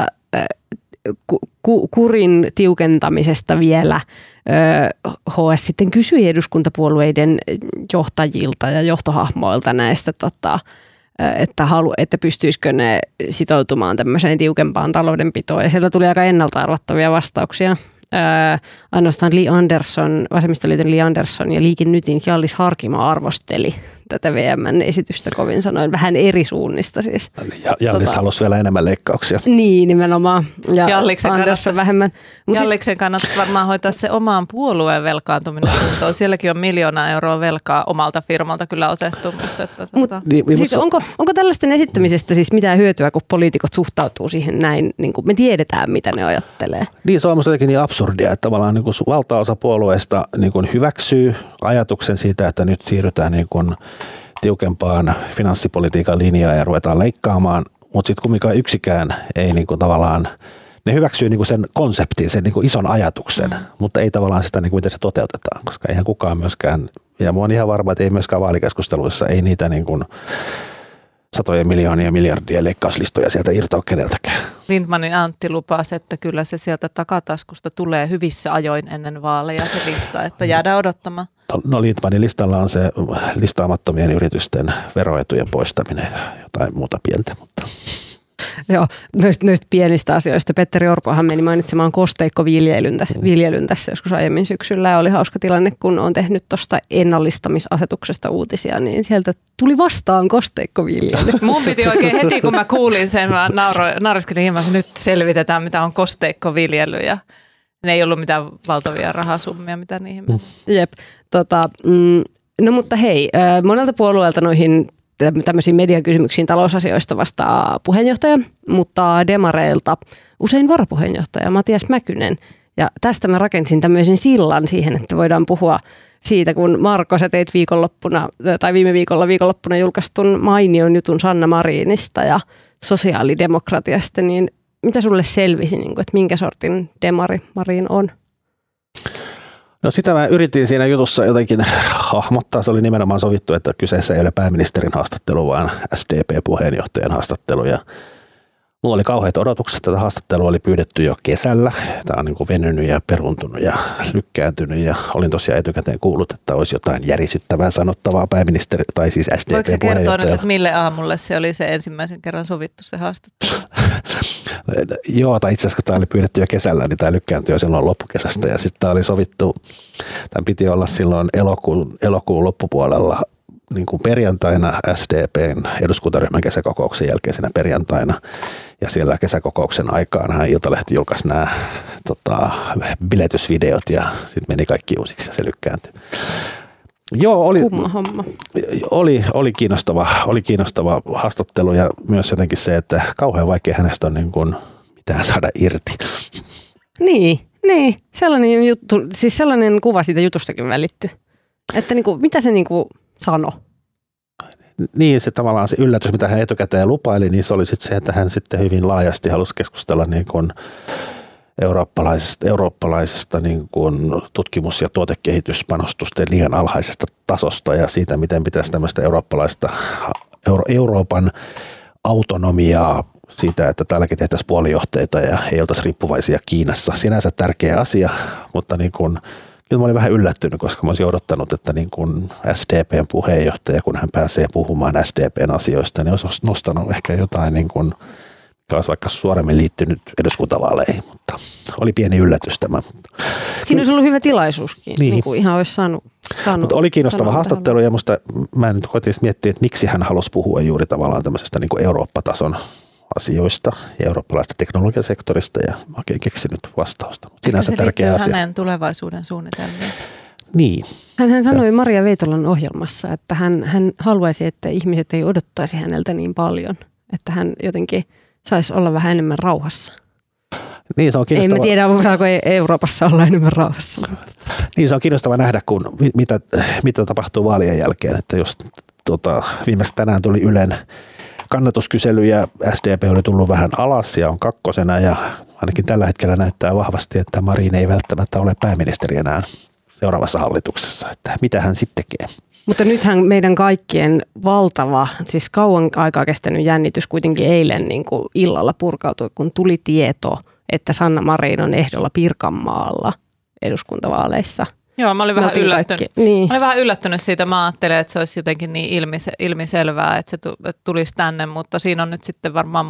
kurin tiukentamisesta vielä. HS sitten kysyi eduskuntapuolueiden johtajilta ja johtohahmoilta näistä, että pystyisikö ne sitoutumaan tämmöiseen tiukempaan taloudenpitoon. Ja siellä tuli aika ennalta arvattavia vastauksia. Ainoastaan Li Andersson, vasemmistoliiton Li Andersson ja Liike Nytin Hjallis Harkimo arvosteli tätä VM:n esitystä kovin sanoen, vähän eri suunnista siis. Hjallis halusi vielä enemmän leikkauksia. Niin, nimenomaan. Ja Andersson vähemmän. Jalliksen kannattaisi varmaan hoitaa se omaan puolueen velkaantuminen kuntoon. Sielläkin on 1 miljoonaa euroa velkaa omalta firmalta kyllä otettu. Siis onko tällaisten esittämisestä siis mitään hyötyä, kun poliitikot suhtautuu siihen näin, niin kuin me tiedetään, mitä ne ajattelee? Niin, se on minusta jotenkin niin absurdia, että tavallaan niin kuin valtaosa puolueista niin kuin hyväksyy ajatuksen siitä, että nyt siirrytään niin kuin tiukempaan finanssipolitiikan linjaa ja ruvetaan leikkaamaan, mutta sitten kumminkaan yksikään ei niin kuin tavallaan, ne hyväksyy niin kuin sen konseptin, sen niin kuin ison ajatuksen, mutta ei tavallaan sitä, niin kuin miten se toteutetaan, koska eihän kukaan myöskään, ja minä olen ihan varma, että ei myöskään vaalikeskusteluissa, ei niitä niin kuin satojen miljoonia miljardien leikkauslistoja sieltä irtoa keneltäkään. Lindmanin Antti lupasi, että kyllä se sieltä takataskusta tulee hyvissä ajoin ennen vaaleja se lista, että jäädään odottamaan. No Lindmanin listalla on se listaamattomien yritysten veroetujen poistaminen ja jotain muuta pientä. Mutta. Joo, noista pienistä asioista. Petteri Orpohan meni mainitsemaan kosteikkoviljelyn tässä joskus aiemmin syksyllä. Ja oli hauska tilanne, kun on tehnyt tuosta ennallistamisasetuksesta uutisia, niin sieltä tuli vastaan kosteikkoviljely. Mun piti oikein heti, kun mä kuulin sen, mä nauriskelin hieman, nyt selvitetään, mitä on kosteikkoviljely. Ja ne ei ollut mitään valtavia rahasummia, mitä niihin meni. Jep. No mutta hei, monelta puolueelta noihin tämmöisiin mediakysymyksiin talousasioista vastaa puheenjohtaja, mutta demareilta usein varapuheenjohtaja Matias Mäkynen. Ja tästä mä rakensin tämmöisen sillan siihen, että voidaan puhua siitä, kun Marko, sä teit viime viikolla julkaistun mainion jutun Sanna Marinista ja sosiaalidemokratiasta, niin mitä sulle selvisi, että minkä sortin demari Marin on? No sitä mä yritin siinä jutussa jotenkin hahmottaa. Se oli nimenomaan sovittu, että kyseessä ei ole pääministerin haastattelu, vaan SDP-puheenjohtajan haastattelu. Ja mulla oli kauheat odotukset. Tätä haastattelua oli pyydetty jo kesällä. Tämä on niin kuin venynyt ja peruuntunut ja lykkääntynyt. Ja olin tosiaan etukäteen kuullut, että olisi jotain järisyttävää sanottavaa pääministeri tai siis SDP-puheenjohtaja. Voiko se kertoa nyt, että mille aamulle se oli se ensimmäisen kerran sovittu se haastattelu? Joo, tai itse asiassa kun tämä oli pyydetty jo kesällä, niin tämä lykkääntyi jo silloin loppukesästä. Ja sitten tämä oli sovittu, tämän piti olla silloin elokuun loppupuolella niin kuin perjantaina SDPn eduskuntaryhmän kesäkokouksen jälkeisenä perjantaina. Ja siellä kesäkokouksen aikaan hän Iltalehti julkaisi nämä biletysvideot ja sitten meni kaikki uusiksi ja se lykkääntyi. Joo, oli kiinnostava haastattelu ja myös jotenkin se, että kauhean vaikea hänestä on niin kuin mitään saada irti. Niin, sellainen juttu, siis sellainen kuva siitä jutustakin välitty, että niin kuin, mitä se niin kuin sanoi? Niin, se tavallaan se yllätys, mitä hän etukäteen lupaili, niin se oli sitten se, että hän sitten hyvin laajasti halusi keskustella niin kuin eurooppalaisesta niin kuin tutkimus- ja tuotekehityspanostusten liian alhaisesta tasosta ja siitä, miten pitäisi tämmöistä Euroopan autonomiaa siitä, että täälläkin tehtäisiin puolijohteita ja ei oltaisi riippuvaisia Kiinassa. Sinänsä tärkeä asia, mutta niin kuin, kyllä mä olin vähän yllättynyt, koska mä olisin odottanut, että niin kuin SDPn puheenjohtaja, kun hän pääsee puhumaan SDPn asioista, niin olisi nostanut ehkä jotain niin kuin olisi vaikka suoremmin liittynyt eduskuntavaaleihin, mutta oli pieni yllätys tämä. Siinä olisi ollut hyvä tilaisuuskin, niin kuin ihan olisi saanut. Mutta oli kiinnostava haastattelu ja musta mä nyt koitin miettiä, että miksi hän halusi puhua juuri tavallaan tämmöisestä niin kuin Eurooppa-tason asioista ja eurooppalaisesta teknologiasektorista ja mä oikein keksinyt vastausta. Sinänsä tärkeä asia. Hänen tulevaisuuden suunnitelmiinsa. Niin. Hän sanoi Maria Veitolan ohjelmassa, että hän haluaisi, että ihmiset ei odottaisi häneltä niin paljon, että hän jotenkin saisi olla vähän enemmän rauhassa. Niin, se on ei me tiedä, saako Euroopassa olla enemmän rauhassa. Niin, se on kiinnostava nähdä, kun mitä tapahtuu vaalien jälkeen. Että jos viimeksi tänään tuli Ylen kannatuskysely ja SDP oli tullut vähän alas ja on kakkosena ja ainakin tällä hetkellä näyttää vahvasti, että Marin ei välttämättä ole pääministeri enää seuraavassa hallituksessa. Että mitä hän sitten tekee? Mutta nythän meidän kaikkien valtava, siis kauan aikaa kestänyt jännitys kuitenkin eilen niin kuin illalla purkautui, kun tuli tieto, että Sanna Marin on ehdolla Pirkanmaalla eduskuntavaaleissa. Joo, mä olin vähän yllättynyt. Niin. Mä olin vähän yllättynyt siitä. Mä ajattelin, että se olisi jotenkin niin ilmiselvää, että se tulisi tänne, mutta siinä on nyt sitten varmaan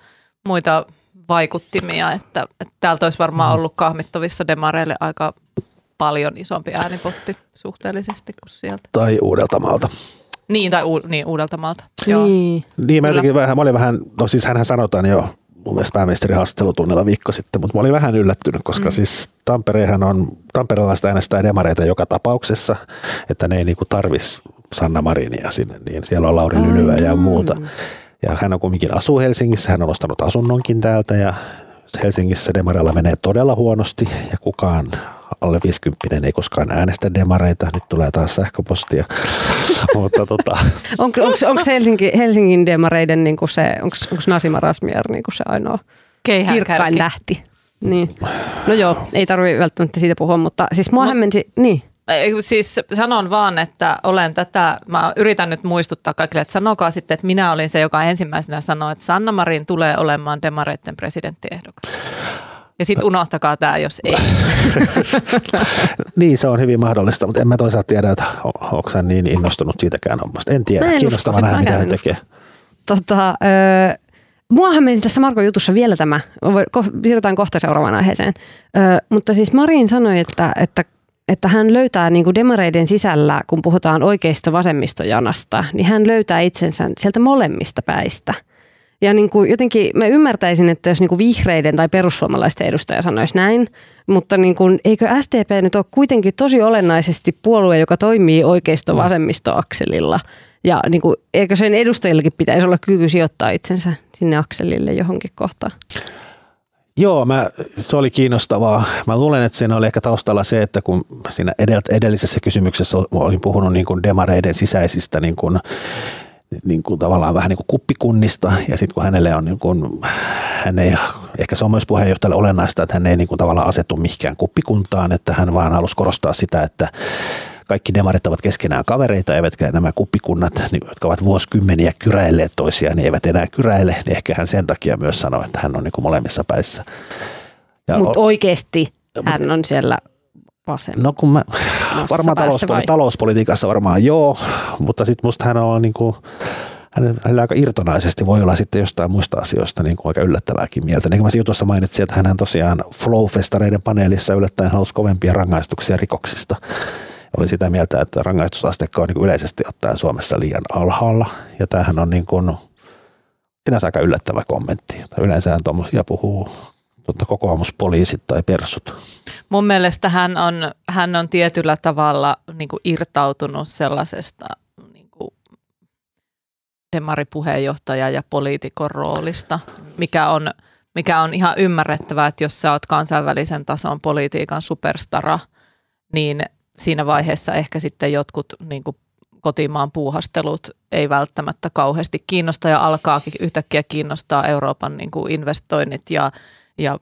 muita vaikuttimia, että täältä olisi varmaan ollut kahmittavissa demareille aika paljon isompi äänipotti suhteellisesti kuin sieltä. Tai Uudeltamaalta. Niin, tai Uudeltamaalta. Joo. Niin, mä olin vähän, no siis hänhän sanotaan jo mun mielestä pääministerin haastattelutunnilla viikko sitten, mutta mä olin vähän yllättynyt, koska siis tamperelaiset äänestää demareita joka tapauksessa, että ne ei niinku tarvisi Sanna Marinia sinne, niin siellä on Lauri Lylyä ja muuta. Ja hän on kumminkin asuu Helsingissä, hän on ostanut asunnonkin täältä ja Helsingissä demareilla menee todella huonosti ja kukaan alle 50 ei koskaan äänestä demareita. Nyt tulee taas sähköpostia. Mutta onko Helsingin demareiden niinku se, onko Nasima Razmyar niinku se ainoa kirkkain lähti? Niin. No joo, ei tarvitse välttämättä siitä puhua, mutta siis mua hämmensi, niin. Siis sanon vaan, että mä yritän nyt muistuttaa kaikille, että sanokaa sitten, että minä olin se, joka ensimmäisenä sanoi, että Sanna Marin tulee olemaan demareiden presidenttiehdokas. Ja sitten unohtakaa tämä, jos ei. Niin, se on hyvin mahdollista, mutta en mä toisaalta tiedä, että onko hän niin innostunut siitäkään hommasta. En tiedä, kiinnostavaa nähdä, mitä hän tekee. muahan meni tässä Markon jutussa vielä tämä, siirrytään kohta seuraavaan aiheeseen, mutta siis Marin sanoi, että hän löytää niin kuin demareiden sisällä, kun puhutaan oikeista vasemmistojanasta, niin hän löytää itsensä sieltä molemmista päistä. Ja niin kuin jotenkin mä ymmärtäisin, että jos niin kuin vihreiden tai perussuomalaisten edustaja sanoisi näin, mutta niin kuin, eikö SDP nyt ole kuitenkin tosi olennaisesti puolue, joka toimii oikeisto-vasemmisto-akselilla? Ja niin kuin, eikö sen edustajillakin pitäisi olla kyky sijoittaa itsensä sinne akselille johonkin kohtaan? Joo, se oli kiinnostavaa. Mä luulen, että siinä oli ehkä taustalla se, että kun siinä edellisessä kysymyksessä olin puhunut niin kuin demareiden sisäisistä niin kuin tavallaan vähän niin kuin kuppikunnista, ja sitten kun hänelle on niin kuin, ehkä se on myös puheenjohtajalle olennaista, että hän ei niin kuin tavallaan asetu mihinkään kuppikuntaan, että hän vaan halusi korostaa sitä, että kaikki demarit ovat keskenään kavereita, eivätkä nämä kuppikunnat, jotka ovat vuosikymmeniä kyräilleet toisiaan, niin eivät enää kyräile, niin ehkä hän sen takia myös sanoi, että hän on niin kuin molemmissa päissä. Mutta oikeasti hän on siellä vasemmassa. No kun varmaan talouspolitiikassa varmaan joo, mutta sitten musta hän on niin kuin, hänellä aika irtonaisesti voi olla sitten jostain muista asioista niin kuin aika yllättävääkin mieltä. Niin kuin mä jutussa mainitsin, että hän tosiaan Flow-festareiden paneelissa yllättäen halusi kovempia rangaistuksia rikoksista. Oli sitä mieltä, että rangaistusasteikko on niin kuin yleisesti ottaen Suomessa liian alhaalla. Ja tämähän on niin kuin, sinänsä aika yllättävä kommentti. Yleensähän tuommoisia puhuu kokoomuspoliisit tai persut. Mun mielestä hän on tietyllä tavalla niin kuin irtautunut sellaisesta niin kuin demaripuheenjohtaja ja poliitikon roolista, mikä on ihan ymmärrettävää, että jos sä oot kansainvälisen tason politiikan superstara, niin siinä vaiheessa ehkä sitten jotkut niin kuin kotimaan puuhastelut ei välttämättä kauheasti kiinnosta ja alkaakin yhtäkkiä kiinnostaa Euroopan niin kuin investoinnit ja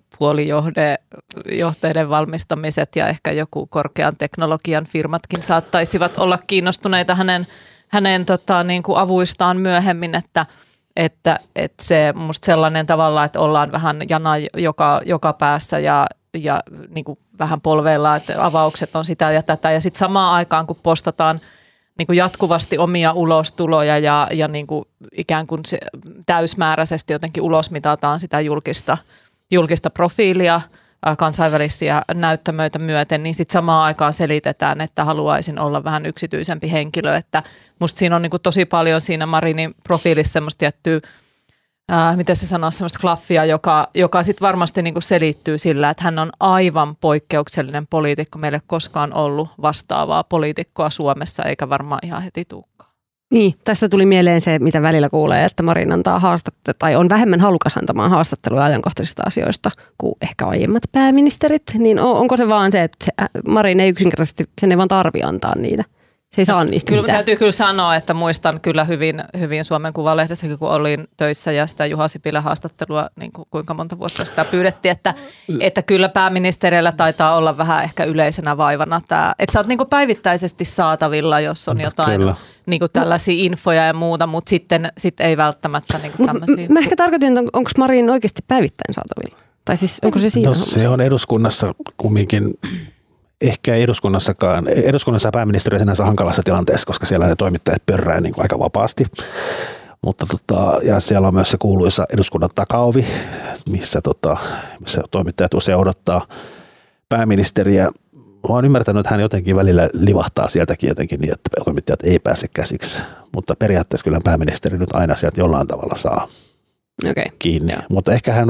puolijohteiden valmistamiset ja ehkä joku korkean teknologian firmatkin saattaisivat olla kiinnostuneita hänen niin kuin avuistaan myöhemmin, että se musta sellainen tavalla, että ollaan vähän jana joka päässä ja niin kuin vähän polveilla, että avaukset on sitä ja tätä ja sitten samaan aikaan kun postataan niin kuin jatkuvasti omia ulostuloja ja niin kuin ikään kuin se täysmääräisesti jotenkin ulosmitataan sitä julkista profiilia kansainvälisiä näyttämöitä myöten, niin sitten samaan aikaan selitetään, että haluaisin olla vähän yksityisempi henkilö. Että musta siinä on niin kuin tosi paljon siinä Marinin profiilissa semmoista tiettyä, miten se sanoo, semmoista klaffia, joka sitten varmasti niin kuin selittyy sillä, että hän on aivan poikkeuksellinen poliitikko. Meille koskaan ollut vastaavaa poliitikkoa Suomessa, eikä varmaan ihan heti tulekaan. Niin, tästä tuli mieleen se, mitä välillä kuulee, että Marin antaa tai on vähemmän halukas antamaan haastatteluja ajankohtaisista asioista kuin ehkä aiemmat pääministerit. Niin onko se vaan se, että Marin ei yksinkertaisesti, sen ei vaan tarvitse antaa niitä? Se ei saa niistä kyllä, mitään. Täytyy kyllä sanoa, että muistan kyllä hyvin Suomen Kuvalehdessäkin, kun olin töissä ja sitä Juha Sipilän haastattelua, niin kuinka monta vuotta sitä pyydettiin, että kyllä pääministerillä taitaa olla vähän ehkä yleisenä vaivana tämä, että sä oot niin kuin päivittäisesti saatavilla, jos on jotain niin kuin tällaisia infoja ja muuta, mutta sitten ei välttämättä niin kuin tämmöisiä. Mä ehkä tarkoitin, että onko Marin oikeasti päivittäin saatavilla? Tai siis onko se siinä? No se on eduskunnassa kumminkin. Ehkä eduskunnassakaan. Eduskunnassa pääministeri sinänsä hankalassa tilanteessa, koska siellä ne toimittajat pörrää niin kuin aika vapaasti. Mutta ja siellä on myös se kuuluisa eduskunnan takaovi, missä toimittajat usein odottaa pääministeriä. Mä oon ymmärtänyt, että hän jotenkin välillä livahtaa sieltäkin jotenkin niin, että toimittajat ei pääse käsiksi. Mutta periaatteessa kyllä pääministeri nyt aina sieltä jollain tavalla saa kiinni. Mutta ehkä hän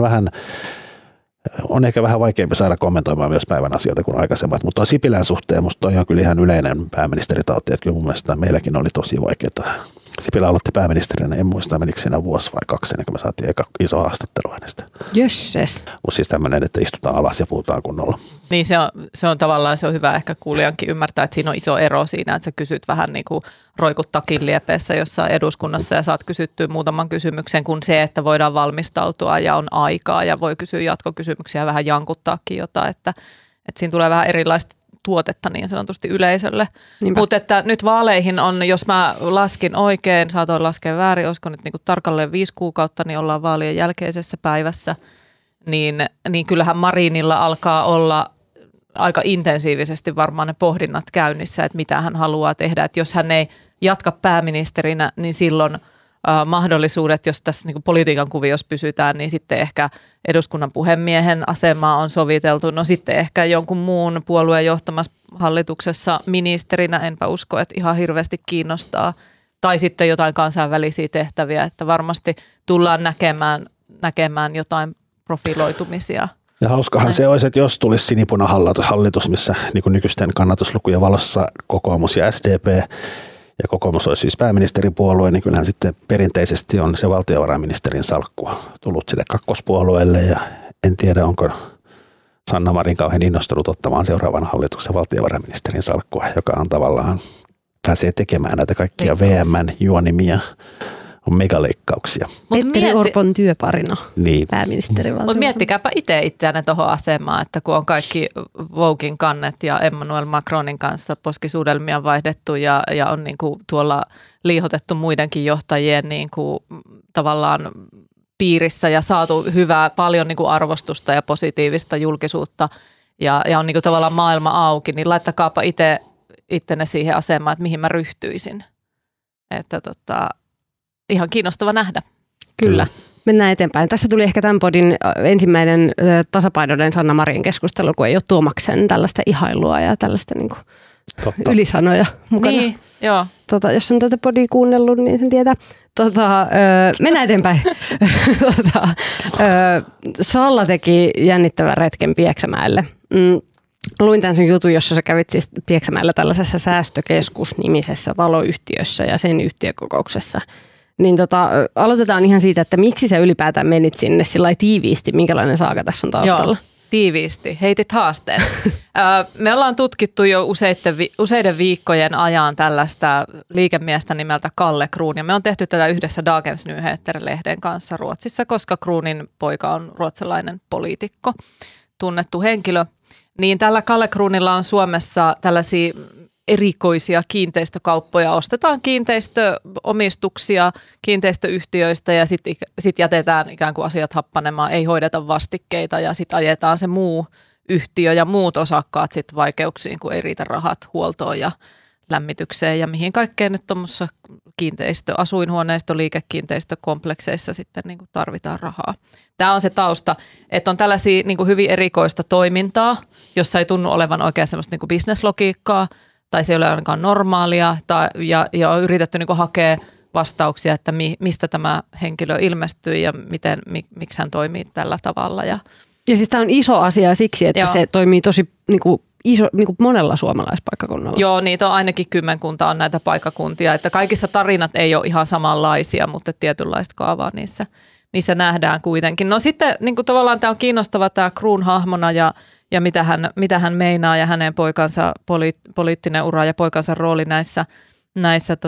on ehkä vähän vaikeampi saada kommentoimaan myös päivän asioita kuin aikaisemmat, mutta Sipilän suhteen musta toi on kyllä ihan yleinen pääministeritauti, että kyllä mun mielestä meilläkin oli tosi vaikeaa. Sipilä aloitti pääministerinä, en muista menikö siinä vuosi vai 2 ennen kuin me saatiin eka iso haastattelu hänestä. Jösses. Mutta siis tämmöinen, että istutaan alas ja puhutaan kunnolla. Niin se on tavallaan, se on hyvä ehkä kuulijankin ymmärtää, että siinä on iso ero siinä, että sä kysyt vähän niin kuin roikut takin liepeessä jossain eduskunnassa ja saat kysyttyä muutaman kysymyksen kuin se, että voidaan valmistautua ja on aikaa ja voi kysyä jatkokysymyksiä ja vähän jankuttaakin jotain, että siinä tulee vähän erilaista tuotetta niin sanotusti yleisölle. Mutta että nyt vaaleihin on, jos mä laskin oikein, saatoin laskea väärin, olisiko nyt niinku tarkalleen 5 kuukautta, niin ollaan vaalien jälkeisessä päivässä, niin kyllähän Marinilla alkaa olla aika intensiivisesti varmaan ne pohdinnat käynnissä, että mitä hän haluaa tehdä. Että jos hän ei jatka pääministerinä, niin silloin mahdollisuudet, jos tässä niin kuin politiikan kuviossa pysytään, niin sitten ehkä eduskunnan puhemiehen asemaa on soviteltu. No sitten ehkä jonkun muun puolueen johtamassa hallituksessa ministerinä, enpä usko, että ihan hirveästi kiinnostaa. Tai sitten jotain kansainvälisiä tehtäviä, että varmasti tullaan näkemään jotain profiloitumisia. Ja hauskahan se olisi, että jos tulisi sinipuna-hallitus, missä niin kuin nykyisten kannatuslukujen valossa kokoomus ja SDP, ja kokoomus olisi siis pääministeripuolue, niin kyllähän sitten perinteisesti on se valtiovarainministerin salkkua tullut sille kakkospuolueelle, ja en tiedä, onko Sanna Marin kauhean innostunut ottamaan seuraavan hallituksen valtiovarainministerin salkkua, joka on tavallaan pääsee tekemään näitä kaikkia VM:n juonimia. On megaleikkauksia. Petteri Orpon työparina niin. pääministerivaltio. Mutta miettikääpä itseänne tuohon asemaan, että kun on kaikki Voguein kannet ja Emmanuel Macronin kanssa poskisuudelmia vaihdettu ja on niinku tuolla liihotettu muidenkin johtajien niinku tavallaan piirissä ja saatu hyvää, paljon niinku arvostusta ja positiivista julkisuutta ja on niinku tavallaan maailma auki, niin laittakaapa ittenne siihen asemaan, että mihin mä ryhtyisin. Että ihan kiinnostava nähdä. Kyllä. Mennään eteenpäin. Tässä tuli ehkä tämän podin ensimmäinen tasapainoinen Sanna Marin keskustelu, kun ei ole Tuomaksen tällaista ihailua ja tällaista niin kuin ylisanoja mukana. Niin, joo. Jos on tätä podia kuunnellut, niin sen tietää. Mennään eteenpäin. Salla teki jännittävän retken Pieksämäelle. Luin tämän jutun, jossa sä kävit siis Pieksämäellä tällaisessa säästökeskus-nimisessä taloyhtiössä ja sen yhtiökokouksessa. Niin aloitetaan ihan siitä, että miksi sä ylipäätään menit sinne sillä tiiviisti, minkälainen saaka tässä on taustalla? Joo, tiiviisti. Heitit haasteen. Me ollaan tutkittu jo useiden viikkojen ajan tällaista liikemiestä nimeltä Kalle Kruun, ja me on tehty tätä yhdessä Dagens Nyheter-lehden kanssa Ruotsissa, koska Kruunin poika on ruotsalainen poliitikko, tunnettu henkilö. Niin tällä Kalle Kruunilla on Suomessa tällaisia erikoisia kiinteistökauppoja. Ostetaan kiinteistöomistuksia kiinteistöyhtiöistä ja sitten jätetään ikään kuin asiat happanemaan, ei hoideta vastikkeita ja sitten ajetaan se muu yhtiö ja muut osakkaat sitten vaikeuksiin, kun ei riitä rahat huoltoon ja lämmitykseen ja mihin kaikkeen nyt tuommoisessa asuinhuoneisto, liikekiinteistökomplekseissa sitten niin kuin tarvitaan rahaa. Tämä on se tausta, että on tällaisia niin kuin hyvin erikoista toimintaa, jossa ei tunnu olevan oikein semmoista niin kuin bisneslogiikkaa tai se ei ole ainakaan normaalia ja on yritetty niin kuin hakea vastauksia, että mistä tämä henkilö ilmestyy ja miksi hän toimii tällä tavalla. Ja siis tämä on iso asia siksi, että se toimii tosi iso, monella suomalaispaikkakunnalla. Joo, niitä on ainakin 10 on näitä paikkakuntia, että kaikissa tarinat ei ole ihan samanlaisia, mutta tietynlaista kaavaa niissä nähdään kuitenkin. No sitten niin kuin tavallaan tämä on kiinnostava tämä Kruun hahmona ja mitä hän meinaa ja hänen poikansa poliittinen ura ja poikansa rooli näissä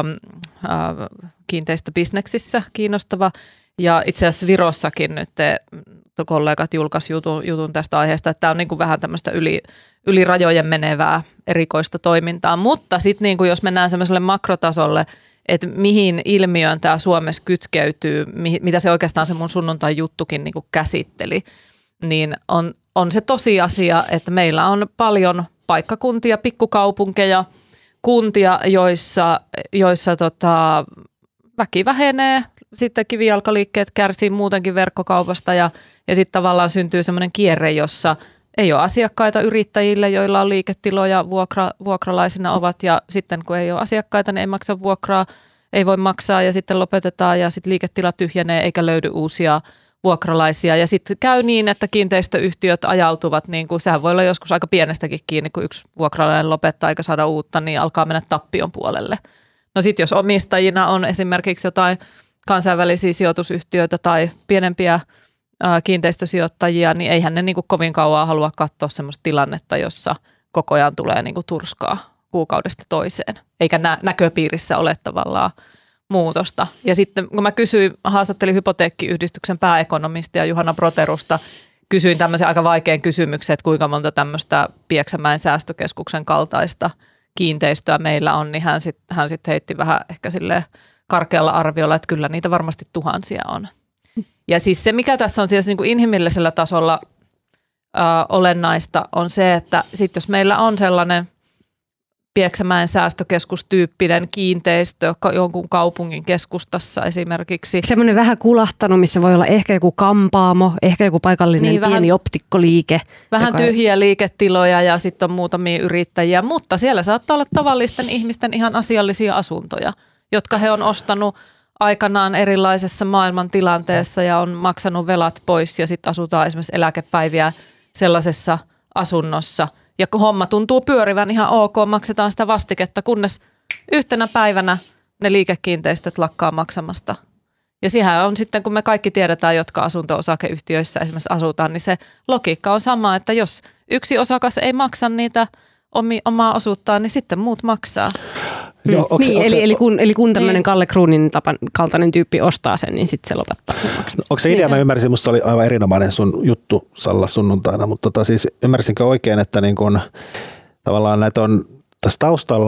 kiinteistöbisneksissä kiinnostava. Ja itse asiassa Virossakin nyt kollegat julkaisivat jutun tästä aiheesta, että tämä on niin kuin vähän tämmöistä yli rajojen menevää erikoista toimintaa. Mutta sitten niin kuin jos mennään semmoiselle makrotasolle, että mihin ilmiöön tämä Suomessa kytkeytyy, mitä se oikeastaan se mun sunnuntai-juttukin niin kuin käsitteli, niin on se tosiasia, että meillä on paljon paikkakuntia, pikkukaupunkeja, kuntia, joissa väki vähenee, sitten kivijalkaliikkeet kärsii muutenkin verkkokaupasta ja sitten tavallaan syntyy semmoinen kierre, jossa ei ole asiakkaita yrittäjille, joilla on liiketiloja, vuokralaisina ovat ja sitten kun ei ole asiakkaita, niin ei maksa vuokraa, ei voi maksaa ja sitten lopetetaan ja sitten liiketila tyhjenee eikä löydy uusia vuokralaisia ja sitten käy niin, että kiinteistöyhtiöt ajautuvat, niin kuin sehän voi olla joskus aika pienestäkin kiinni, kun yksi vuokralainen lopettaa eikä saada uutta, niin alkaa mennä tappion puolelle. No sitten jos omistajina on esimerkiksi jotain kansainvälisiä sijoitusyhtiöitä tai pienempiä kiinteistösijoittajia, niin eihän ne niin kuin kovin kauan halua katsoa sellaista tilannetta, jossa koko ajan tulee niin kuin turskaa kuukaudesta toiseen, eikä näköpiirissä ole tavallaan muutosta. Ja sitten kun mä haastattelin hypoteekkiyhdistyksen pääekonomistia Juhana Broterusta, kysyin tämmöisen aika vaikean kysymyksen, että kuinka monta tämmöistä Pieksämäen säästökeskuksen kaltaista kiinteistöä meillä on, niin hän sit heitti vähän ehkä silleen karkealla arviolla, että kyllä niitä varmasti tuhansia on. Ja siis se, mikä tässä on tietysti niin kuin inhimillisellä tasolla olennaista, on se, että sit jos meillä on sellainen Pieksämäen säästökeskustyyppinen kiinteistö jonkun kaupungin keskustassa esimerkiksi. Semmoinen vähän kulahtanut, missä voi olla ehkä joku kampaamo, ehkä joku paikallinen niin, pieni optikkoliike. Vähän tyhjiä liiketiloja ja sitten on muutamia yrittäjiä, mutta siellä saattaa olla tavallisten ihmisten ihan asiallisia asuntoja, jotka he on ostanut aikanaan erilaisessa maailmantilanteessa ja on maksanut velat pois ja sitten asutaan esimerkiksi eläkepäiviä sellaisessa asunnossa. Ja kun homma tuntuu pyörivän ihan ok, maksetaan sitä vastiketta, kunnes yhtenä päivänä ne liikekiinteistöt lakkaa maksamasta. Ja siihen on sitten, kun me kaikki tiedetään, jotka asunto-osakeyhtiöissä esimerkiksi asutaan, niin se logiikka on sama, että jos yksi osakas ei maksa niitä omaa osuuttaan, niin sitten muut maksaa. Joo, eli kun tämmöinen Kalle Kruunin kaltainen tyyppi ostaa sen, niin sitten se lopettaa sen maksamista. Onko se idea, mä ymmärsin, musta oli aivan erinomainen sun juttu Salla sunnuntaina, mutta siis ymmärsinkö oikein, että niin kun, tavallaan näitä on, tässä taustalla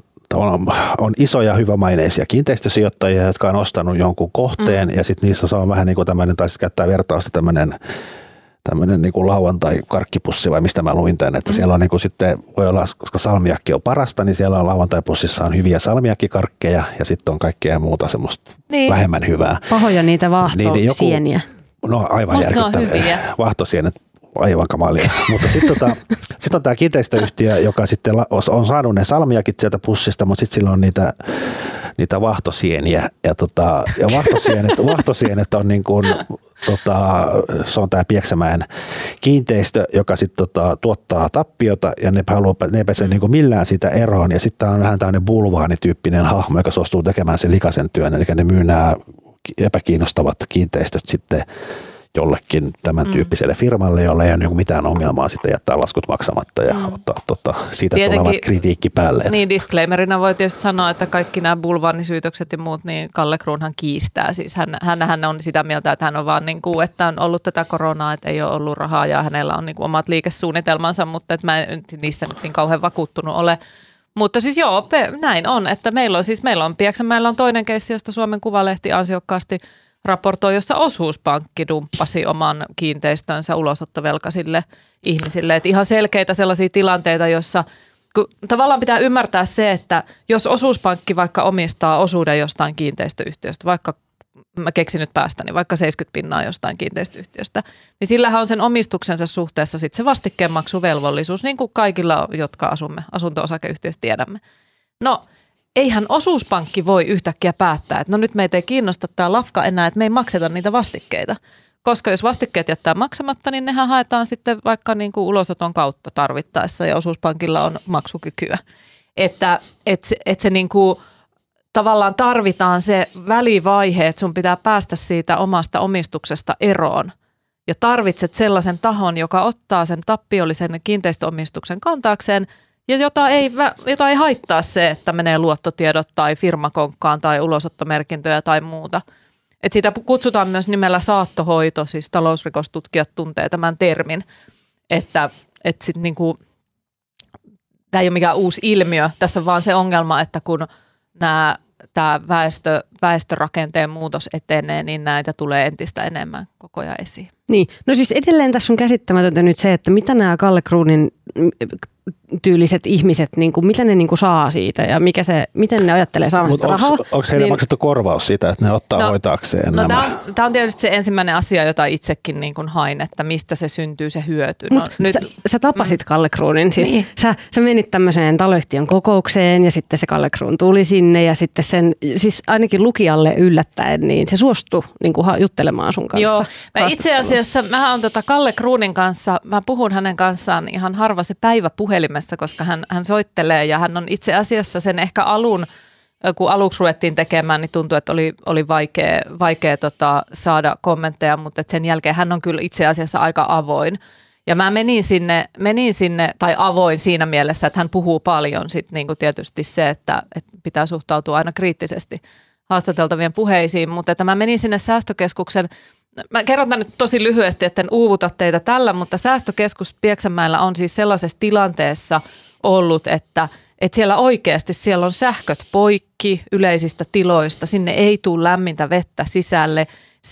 on isoja hyvämaineisia kiinteistösijoittajia, jotka on ostanut jonkun kohteen ja sitten niissä on vähän niin kuin tämmöinen, tai siis käyttää vertausta tämmöinen niin kuin lauantai-karkkipussi vai mistä mä luin tämän, että siellä on niin kuin sitten, voi olla, koska salmiakki on parasta, niin siellä on lauantai-pussissa on hyviä salmiakkikarkkeja ja sitten on kaikkea muuta semmoista vähemmän hyvää. Pahoja niitä vahtosieniä. No aivan järkyttäviä. Vahtosienet aivan kamalia. Mutta sitten sit on tämä kiinteistöyhtiö, joka sitten on saanut ne salmiakit sieltä pussista, mutta sitten sillä on niitä vahtosieniä ja vahtosienet on niin kuin se on tämä Pieksämäen kiinteistö, joka sitten tuottaa tappiota ja ne ei pääse niinku millään sitä eroon. Ja sitten on vähän tämmöinen bulvaanityyppinen hahmo, joka suostuu tekemään sen likaisen työn. Eli ne myy nämä epäkiinnostavat kiinteistöt sitten jollekin tämän tyyppiselle firmalle, jolla ei ole niinku mitään ongelmaa sitten jättää laskut maksamatta ja ottaa siitä tulevat kritiikki päälle. Niin, disclaimerina voi tietysti sanoa, että kaikki nämä bulvaanisyytökset ja muut, niin Kalle Kruunhan kiistää. Siis hän on sitä mieltä, että hän on vaan niin kuin, että on ollut tätä koronaa, että ei ole ollut rahaa ja hänellä on niin kuin omat liikesuunnitelmansa, mutta että mä en niistä nyt niin kauhean vakuuttunut ole. Mutta siis joo, näin on, että meillä on Pieksämäellä on toinen keissi, josta Suomen Kuvalehti ansiokkaasti raportoi, jossa Osuuspankki dumppasi oman kiinteistönsä ulosottovelkaisille ihmisille. Et ihan selkeitä sellaisia tilanteita, jossa tavallaan pitää ymmärtää se, että jos Osuuspankki vaikka omistaa osuuden jostain kiinteistöyhtiöstä, vaikka mä keksin nyt päästäni, vaikka 70% jostain kiinteistöyhtiöstä, niin sillähän on sen omistuksensa suhteessa sitten se vastikkeenmaksuvelvollisuus, niin kuin kaikilla, jotka asumme asunto-osakeyhtiössä tiedämme. No, eihän Osuuspankki voi yhtäkkiä päättää, että no nyt meitä ei kiinnosta tämä lafka enää, että me ei makseta niitä vastikkeita. Koska jos vastikkeet jättää maksamatta, niin nehän haetaan sitten vaikka niin kuin ulosoton kautta tarvittaessa ja Osuuspankilla on maksukykyä. Että se niin kuin tavallaan tarvitaan se välivaihe, että sun pitää päästä siitä omasta omistuksesta eroon. Ja tarvitset sellaisen tahon, joka ottaa sen tappiollisen kiinteistöomistuksen kantaakseen ja jota ei haittaa se, että menee luottotiedot tai firmakonkkaan tai ulosottomerkintöjä tai muuta. Et sitä kutsutaan myös nimellä saattohoito, siis talousrikostutkijat tuntee tämän termin, että sit niinku, tämä ei ole mikään uusi ilmiö, tässä on vaan se ongelma, että kun tämä väestörakenteen muutos etenee, niin näitä tulee entistä enemmän koko ajan esiin. Niin, no siis edelleen tässä on käsittämätöntä nyt se, että mitä nämä Kalle Kruunin tyyliset ihmiset, niin kuin, mitä ne niin kuin saa siitä ja miten ne ajattelee saavansa rahaa. Onko heille maksettu korvaus siitä, että ne ottaa hoitaakseen nämä? Tämä on tietysti se ensimmäinen asia, jota itsekin niin kuin hain, että mistä se syntyy se hyöty. Sä tapasit Kalle Kruunin, siis niin. sä menit tämmöiseen taloyhtiön kokoukseen ja sitten se Kalle Kruun tuli sinne ja sitten sen, siis ainakin lukijalle yllättäen, niin se suostui niin kuin juttelemaan sun kanssa. Joo, itse asiassa mä oon Kalle Kruunin kanssa, mä puhun hänen kanssaan ihan harva se päivä puhelimessa, koska hän soittelee ja hän on itse asiassa sen ehkä kun aluksi ruvettiin tekemään, niin tuntui, että oli vaikea saada kommentteja, mutta sen jälkeen hän on kyllä itse asiassa aika avoin. Ja mä menin sinne, tai avoin siinä mielessä, että hän puhuu paljon, sit niin kuin tietysti se, että pitää suhtautua aina kriittisesti haastateltavien puheisiin, mutta että mä menin sinne säästökeskuksen. Mä kerron tämän nyt tosi lyhyesti, etten uuvuta teitä tällä, mutta säästökeskus Pieksämäellä on siis sellaisessa tilanteessa ollut, että siellä oikeasti siellä on sähköt poikki yleisistä tiloista, sinne ei tule lämmintä vettä sisälle,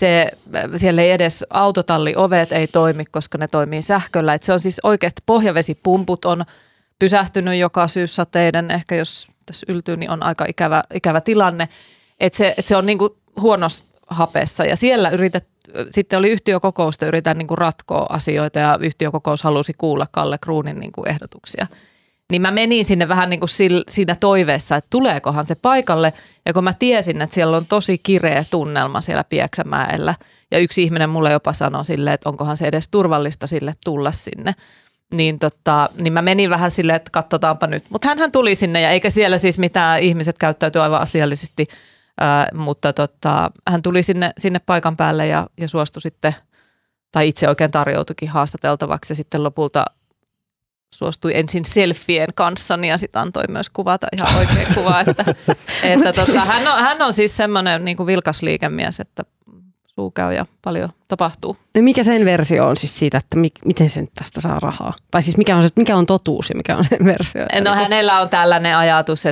siellä ei edes autotalliovet ei toimi, koska ne toimii sähköllä. Et se on siis oikeasti pohjavesipumput on pysähtynyt joka syyssateiden. Ehkä jos tässä yltyy, niin on aika ikävä tilanne. Että se on niin kuin huonossa hapessa ja siellä sitten oli yhtiökokousta, yritän niin kuin ratkoa asioita ja yhtiökokous halusi kuulla Kalle Kruunin niin kuin ehdotuksia. Niin mä menin sinne vähän niin kuin siinä toiveessa, että tuleekohan se paikalle. Ja kun mä tiesin, että siellä on tosi kireä tunnelma siellä Pieksämäellä ja yksi ihminen mulle jopa sanoi silleen, että onkohan se edes turvallista sille tulla sinne. Niin mä menin vähän silleen, että katsotaanpa nyt. Mutta hänhän tuli sinne ja eikä siellä siis mitään, ihmiset käyttäytyy aivan asiallisesti, mutta hän tuli sinne paikan päälle ja suostui sitten, tai itse oikein tarjoutuikin haastateltavaksi ja sitten lopulta suostui ensin selfien kanssani ja sitten antoi myös kuvata ihan oikein kuvaa, että hän on siis semmoinen niin kuin vilkas liikemies, että suu käy ja paljon tapahtuu. No mikä sen versio on siis siitä, että miten sen tästä saa rahaa? Tai siis mikä on totuus ja mikä on sen versio? No hänellä on tällainen ajatus,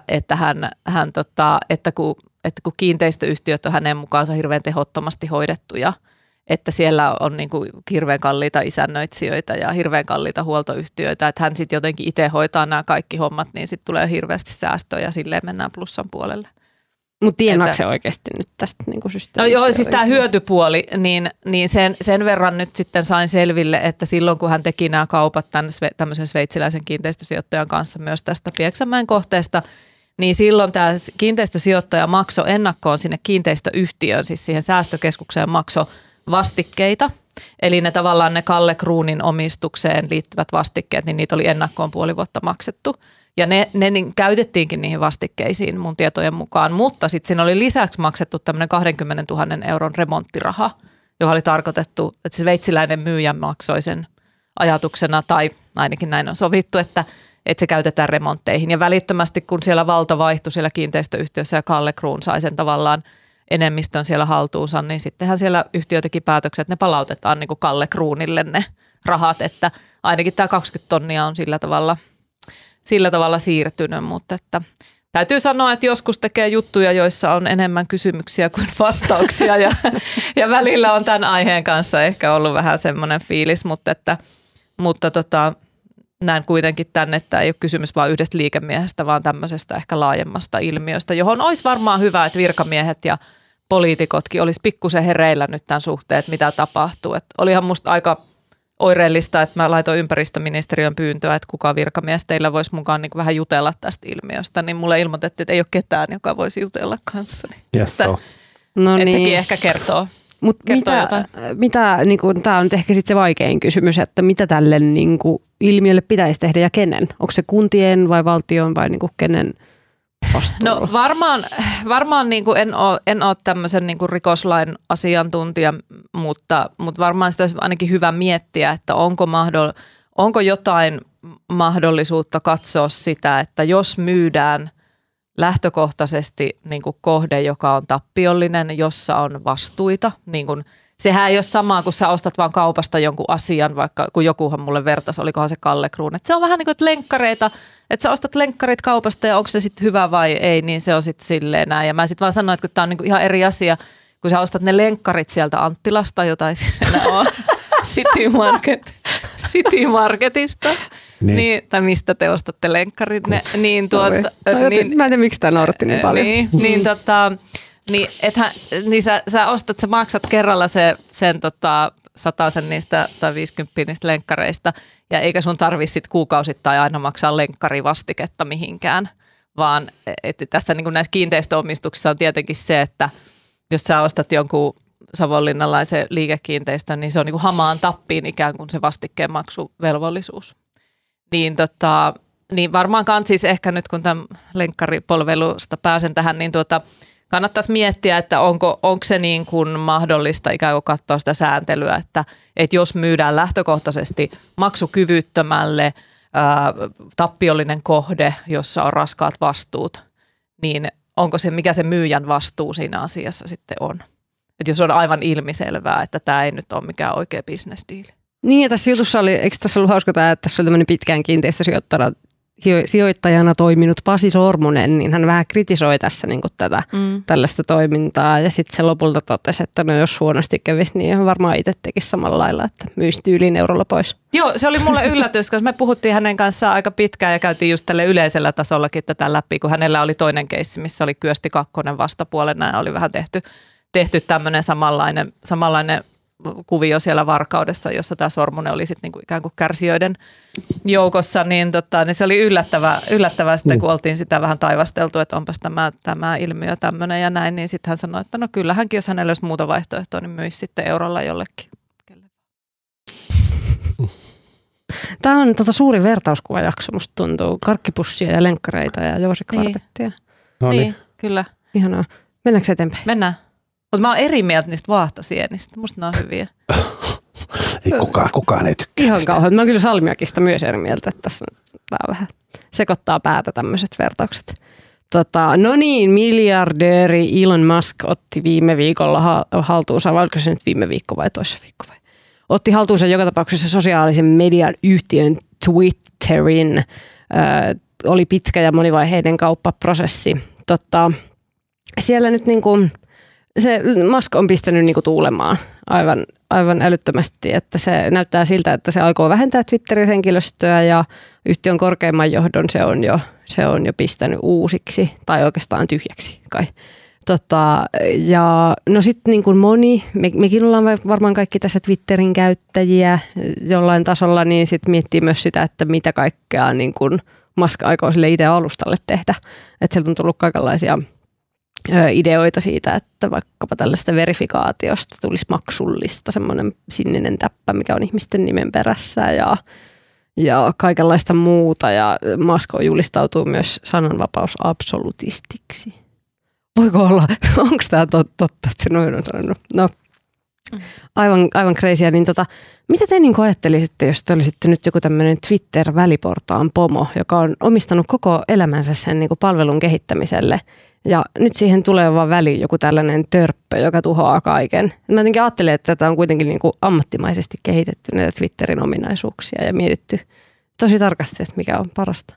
että kun kiinteistöyhtiöt on hänen mukaansa hirveän tehottomasti hoidettuja, että siellä on niin kuin hirveän kalliita isännöitsijöitä ja hirveän kalliita huoltoyhtiöitä, että hän sitten jotenkin itse hoitaa nämä kaikki hommat, niin sitten tulee hirveästi säästöä ja silleen mennään plussan puolelle. Mutta tienaako se oikeasti nyt tästä niin systeemistä? No joo, siis tämä hyötypuoli, niin sen verran nyt sitten sain selville, että silloin kun hän teki nämä kaupat tämmöisen sveitsiläisen kiinteistösijoittajan kanssa myös tästä Pieksämäen kohteesta, niin silloin tämä kiinteistösijoittaja maksoi ennakkoon sinne kiinteistöyhtiöön, siis siihen säästökeskukseen maksoi vastikkeita. Eli ne tavallaan ne Kalle Kruunin omistukseen liittyvät vastikkeet, niin niitä oli ennakkoon puoli vuotta maksettu. Ja ne niin käytettiinkin niihin vastikkeisiin mun tietojen mukaan, mutta sitten siinä oli lisäksi maksettu tämmöinen 20 000 euron remonttiraha, joka oli tarkoitettu, että se sveitsiläinen myyjä maksoi sen ajatuksena, tai ainakin näin on sovittu, että se käytetään remontteihin. Ja välittömästi, kun siellä valta vaihtui siellä kiinteistöyhtiössä ja Kalle Kruun sai sen tavallaan enemmistön siellä haltuunsa, niin sittenhän siellä yhtiö teki päätöksen, että ne palautetaan niin kuin Kalle Kruunille ne rahat, että ainakin tämä 20 tonnia on sillä tavalla siirtynyt, mutta että täytyy sanoa, että joskus tekee juttuja, joissa on enemmän kysymyksiä kuin vastauksia ja välillä on tämän aiheen kanssa ehkä ollut vähän semmoinen fiilis, mutta näen kuitenkin tänne, että ei ole kysymys vain yhdestä liikemiehestä, vaan tämmöisestä ehkä laajemmasta ilmiöstä, johon olisi varmaan hyvä, että virkamiehet ja poliitikotkin olisi pikkusen hereillä nyt tämän suhteen, että mitä tapahtuu. Että olihan musta aika oireellista, että mä laitoin ympäristöministeriön pyyntöä, että kuka virkamies teillä voisi mukaan niin vähän jutella tästä ilmiöstä, niin mulle ilmoitettiin, että ei ole ketään, joka voisi jutella kanssani. Yes, no niin. Sekin ehkä kertoo. Mutta mitä niin tämä on nyt ehkä sitten se vaikein kysymys, että mitä tälle niin kuin ilmiölle pitäisi tehdä ja kenen? Onko se kuntien vai valtion vai niin kuin kenen vastuulla? No varmaan niin kuin en ole tämmöisen niin kuin rikoslain asiantuntija, mutta varmaan sitä olisi ainakin hyvä miettiä, että onko jotain mahdollisuutta katsoa sitä, että jos myydään lähtökohtaisesti niin kuin kohde, joka on tappiollinen, jossa on vastuita. Niin kuin, sehän ei ole samaa, kun sä ostat vaan kaupasta jonkun asian, vaikka kun jokuhan mulle vertasi, olikohan se Kalle Kruun. Et se on vähän niin kuin että lenkkareita, että sä ostat lenkkarit kaupasta ja onko se sitten hyvä vai ei, niin se on sitten silleen näin. Ja mä sitten vaan sanoin, että kun tämä on niin kuin ihan eri asia, kun sä ostat ne lenkkarit sieltä Anttilasta, jota ei siellä ole, City Marketista. Niin, tai mistä te ostatte lenkkarit. Niin mä en tiedä, miksi tämä nauratti niin paljon. Niin sä ostat, sä maksat kerralla sen 100 niistä tai 50 niistä lenkkareista, ja eikä sun tarvitse sit kuukausittain aina maksaa lenkkarivastiketta mihinkään, vaan että tässä niin kuin näissä kiinteistöomistuksissa on tietenkin se, että jos sä ostat jonkun savonlinnalaisen liikekiinteistön, niin se on niin kuin hamaan tappiin ikään kuin se vastikkeen maksuvelvollisuus. Niin varmaankaan siis ehkä nyt kun tämän lenkkaripolvelusta pääsen tähän, niin kannattaisi miettiä, että onko se niin kuin mahdollista ikään kuin katsoa sitä sääntelyä, että jos myydään lähtökohtaisesti maksukyvyttömälle tappiollinen kohde, jossa on raskaat vastuut, niin onko se, mikä se myyjän vastuu siinä asiassa sitten on. Että jos on aivan ilmiselvää, että tämä ei nyt ole mikään oikea business deal. Niin ja tässä jutussa oli, eikö tässä ollut hauska tämä, että tässä oli tämmöinen pitkään kiinteistösijoittajana sijoittajana toiminut Pasi Sormunen, niin hän vähän kritisoi tässä niin kuin tätä tällaista toimintaa. Ja sitten se lopulta totesi, että no jos huonosti kävisi, niin varmaan itse tekisi samalla lailla, että myisi tyyliin eurolla pois. Joo, se oli mulle yllätys, koska me puhuttiin hänen kanssaan aika pitkään ja käytiin just tälle yleisellä tasollakin tätä läpi, kun hänellä oli toinen keissi, missä oli Kyösti Kakkonen vastapuolena ja oli vähän tehty tämmöinen samanlainen kuvio siellä Varkaudessa, jossa tämä Sormunen oli sitten niinku ikään kuin kärsijöiden joukossa, niin se oli yllättävää sitten, kun oltiin sitä vähän taivasteltu, että onpas tämä ilmiö tämmöinen ja näin, niin sitten hän sanoi, että no kyllähänkin, jos hänellä olisi muuta vaihtoehtoa, niin myisi sitten eurolla jollekin. Tämä on suuri vertauskuvajakso, musta tuntuu. Karkkipussia ja lenkkareita ja jousikvartettia. Niin, kyllä. Ihanaa. Mennäänkö eteenpäin? Mennään. Mutta mä oon eri mieltä niistä vaahtosienistä. Musta ne on hyviä. Ei kukaan ei tykkää. Ihan kauhean. Mä oon kyllä salmiakista myös eri mieltä, että tässä tää vähän sekoittaa päätä tämmöiset vertaukset. No niin, miljardööri Elon Musk otti viime viikolla haltuunsa, vai oliko se nyt viime viikko vai toissa viikko vai? Otti haltuunsa joka tapauksessa sosiaalisen median yhtiön Twitterin. Oli pitkä ja monivaiheinen kauppaprosessi. Siellä nyt niin kuin se Musk on pistänyt niinku tuulemaan aivan älyttömästi, että se näyttää siltä, että se aikoo vähentää Twitterin henkilöstöä ja yhtiön korkeimman johdon se on jo pistänyt uusiksi tai oikeastaan tyhjäksi kai. Ja no sitten niin kuin mekin ollaan varmaan kaikki tässä Twitterin käyttäjiä jollain tasolla, niin sitten miettii myös sitä, että mitä kaikkea niin kuin Musk aikoo sille itse alustalle tehdä. Että sieltä on tullut kaikenlaisia ideoita siitä, että vaikkapa tällaista verifikaatiosta tulisi maksullista, semmoinen sininen täppä, mikä on ihmisten nimen perässä ja kaikenlaista muuta. Ja Musk julistautuu myös sananvapausabsolutistiksi. Voiko olla? Onko tämä totta, että se noin on sanonut? No, aivan crazyä. Niin mitä te niin ajattelisitte, jos te olisitte nyt joku tämmöinen Twitter-väliportaan pomo, joka on omistanut koko elämänsä sen niin kuin palvelun kehittämiselle, ja nyt siihen tulee vaan väliin joku tällainen törppö, joka tuhoaa kaiken. Mä jotenkin ajattelin, että tätä on kuitenkin niin kuin ammattimaisesti kehitetty näitä Twitterin ominaisuuksia ja mietitty tosi tarkasti, että mikä on parasta.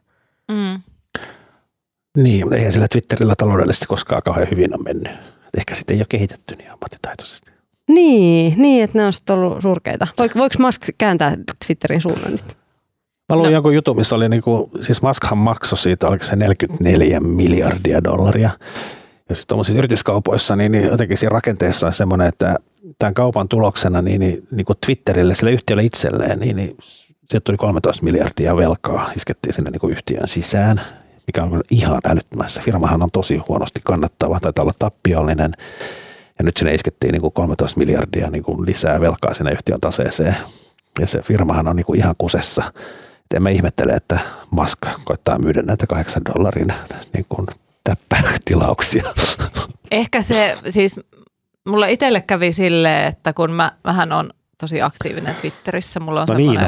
Niin, eihän sillä Twitterillä taloudellisesti koskaan kauhean hyvin on mennyt. Ehkä sitä ei ole kehitetty niin ammattitaitoisesti. Niin, että ne on sitten ollut surkeita. Voiko Musk kääntää Twitterin suunnan nyt? Mä luin jonkun jutun, missä oli siis Muskhan maksoi siitä, oliko se 44 miljardia dollaria. Ja sitten tuollaisissa yrityskaupoissa, niin jotenkin siinä rakenteessa on semmoinen, että tämän kaupan tuloksena niin kuin Twitterille, sille yhtiölle itselleen, niin sieltä tuli 13 miljardia velkaa, iskettiin sinne niin kuin yhtiön sisään, mikä on ihan älyttömässä. Firmahan on tosi huonosti kannattava, taitaa olla tappiollinen. Ja nyt sinne iskettiin niin kuin 13 miljardia niin kuin lisää velkaa sinne yhtiön taseeseen. Ja se firmahan on niin kuin ihan kusessa. Et en mä ihmettele, että Musk koittaa myydä näitä $8 niin kuin täppätilauksia. Ehkä se, siis mulla itselle kävi silleen, että kun mähän on tosi aktiivinen Twitterissä, mulla on semmoinen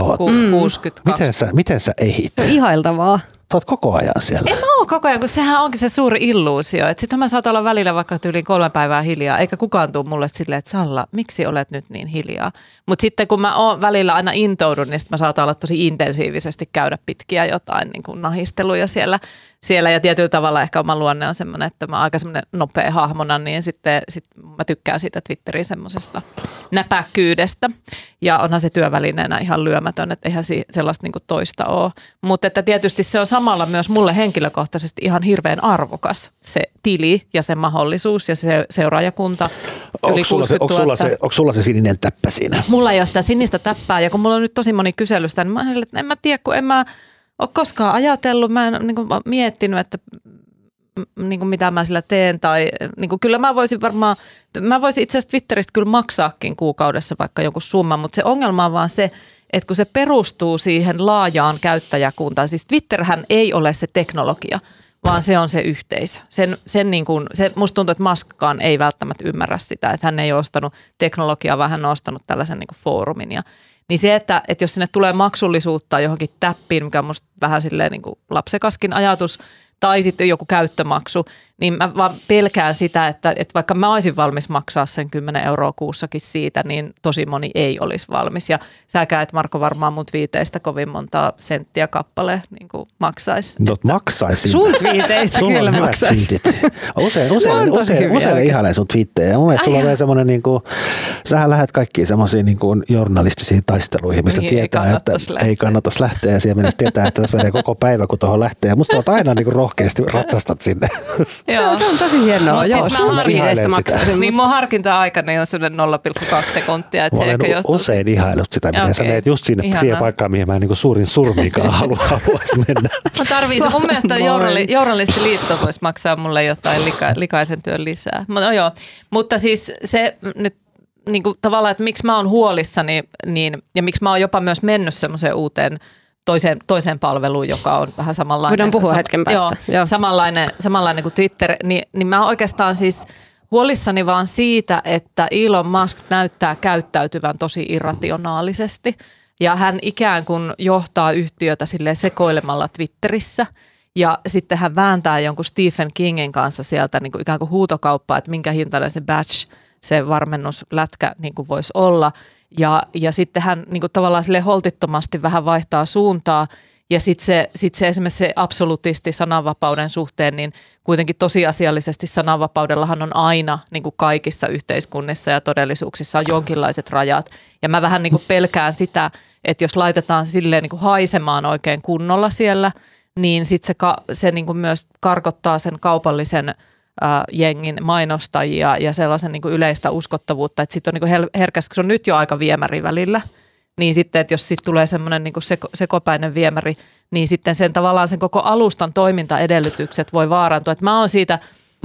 62. Miten sä ehit? Ihailtavaa. Sä oot koko ajan siellä. En mä oo koko ajan, kun sehän onkin se suuri illuusio. Sitten mä saatan olla välillä vaikka yli 3 päivää hiljaa, eikä kukaan tule mulle silleen, että Salla, miksi olet nyt niin hiljaa? Mutta sitten kun mä oon välillä aina intoudun, niin sitten mä saatan olla tosi intensiivisesti käydä pitkiä jotain niin kuin nahisteluja siellä. Ja tietyllä tavalla ehkä oma luonne on semmoinen, että mä oon aika semmoinen nopea hahmona, niin sitten mä tykkään siitä Twitterin semmoisesta näpäkkyydestä. Ja onhan se työvälineenä ihan lyömätön, että eihän sellaista niin kuin toista ole. Mutta että tietysti se on samalla myös mulle henkilökohtaisesti ihan hirveän arvokas se tili ja se mahdollisuus ja se seuraajakunta. Yli 60 000. Onko sulla se sininen täppä siinä? Mulla ei ole sitä sinistä täppää ja kun mulla on nyt tosi moni kyselystä, niin mä ajattelin, että en mä tiedä, kun en mä ole koskaan ajatellut, mä en niin kuin miettinyt, että niin kuin mitä mä sillä teen tai niin kuin kyllä mä voisin itse asiassa Twitteristä kyllä maksaakin kuukaudessa vaikka joku summa, mutta se ongelma on vaan se, että kun se perustuu siihen laajaan käyttäjäkuntaan, siis Twitterhän ei ole se teknologia, vaan se on se yhteisö. Musta tuntuu, että Muskkaan ei välttämättä ymmärrä sitä, että hän ei ole ostanut teknologiaa, vaan hän on ostanut tällaisen niin kuin foorumin. Niin se, että jos sinne tulee maksullisuutta johonkin täppiin, mikä on musta vähän silleen niin kuin lapsekaskin ajatus, tai sitten joku käyttömaksu, niin mä vaan pelkään sitä, että vaikka mä olisin valmis maksaa sen 10 euroa kuussakin siitä, niin tosi moni ei olisi valmis. Ja säkään et Marko varmaan mun twiiteistä kovin monta senttiä kappale niin kuin maksaisi. No maksaisin. Sun twiiteistä kyllä maksaisi. Usein ihailee sun twiittejä. Mun mielestä sulla on vielä semmoinen, niin kuin, sähän lähdet kaikkiin semmoisiin niin kuin journalistisiin taisteluihin, mistä tietää, että ei kannattaisi lähteä. Ja siellä mennessä tietää, että tässä menee koko päivä, kun tuohon lähtee. Ja musta olet aina niin kuin rohkeasti ratsastat sinne. Se on tosi hienoa. Joo, siis sun twiiteistä maksaisin. Niin mun harkinta-aikani on sellainen 0,2 sekuntia. Että olen usein ihailut sitä, miten sä menet just siihen paikkaan, mihin mä niin suurin surmiikaan haluaisin mennä. Mä tarvitsen, mun mielestä Journalistiliitto voisi maksaa mulle jotain likaisen työn lisää. Mutta siis se nyt niin kuin tavallaan, että miksi mä oon huolissani ja miksi mä oon jopa myös mennyt semmoiseen uuteen toiseen palveluun, joka on vähän samanlainen. Voidaan puhua hetken päästä. Joo. Samanlainen kuin Twitter, niin mä oikeastaan siis huolissani vaan siitä, että Elon Musk näyttää käyttäytyvän tosi irrationaalisesti ja hän ikään kuin johtaa yhtiötä silleen sekoilemalla Twitterissä ja sitten hän vääntää jonkun Stephen Kingin kanssa sieltä niin kuin ikään kuin huutokauppaa, että minkä hintainen se batch, se varmennuslätkä niin kuin voisi olla. Ja sitten hän niin kuin tavallaan sille holtittomasti vähän vaihtaa suuntaa ja sitten se esimerkiksi se absolutisti sananvapauden suhteen, niin kuitenkin tosiasiallisesti sananvapaudellahan on aina niin kuin kaikissa yhteiskunnissa ja todellisuuksissa on jonkinlaiset rajat. Ja mä vähän niin kuin pelkään sitä, että jos laitetaan silleen niin kuin haisemaan oikein kunnolla siellä, niin sitten se niin kuin myös karkottaa sen kaupallisen jengin mainostajia ja sellaisen niin kuin yleistä uskottavuutta, että sitten on niin kuin herkästi, kun se on nyt jo aika viemäri välillä, niin sitten, että jos sitten tulee semmoinen niin kuin sekopäinen viemäri, niin sitten sen tavallaan sen koko alustan toimintaedellytykset voi vaarantua. Että mä oon siitä,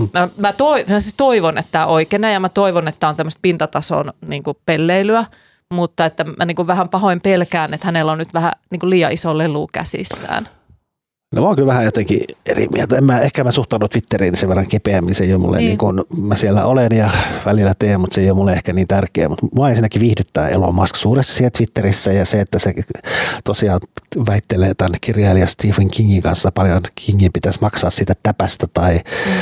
mä siis toivon, että tämä oikeenee ja mä toivon, että tämä on tämmöistä pintatason niin kuin pelleilyä, mutta että mä niin kuin vähän pahoin pelkään, että hänellä on nyt vähän niin kuin liian iso lelu käsissään. No mä oon kyllä vähän jotenkin eri mieltä. Ehkä mä suhtaudun Twitteriin sen verran kepeämmin. Se ei ole mulle niin kuin mä siellä olen ja välillä teen, mutta se ei ole mulle ehkä niin tärkeä. Mutta mua ensinnäkin viihdyttää Elon Musk suuresti siellä Twitterissä ja se, että se tosiaan väittelee tämän kirjailija Stephen Kingin kanssa paljon. Kingin pitäisi maksaa sitä täpästä tai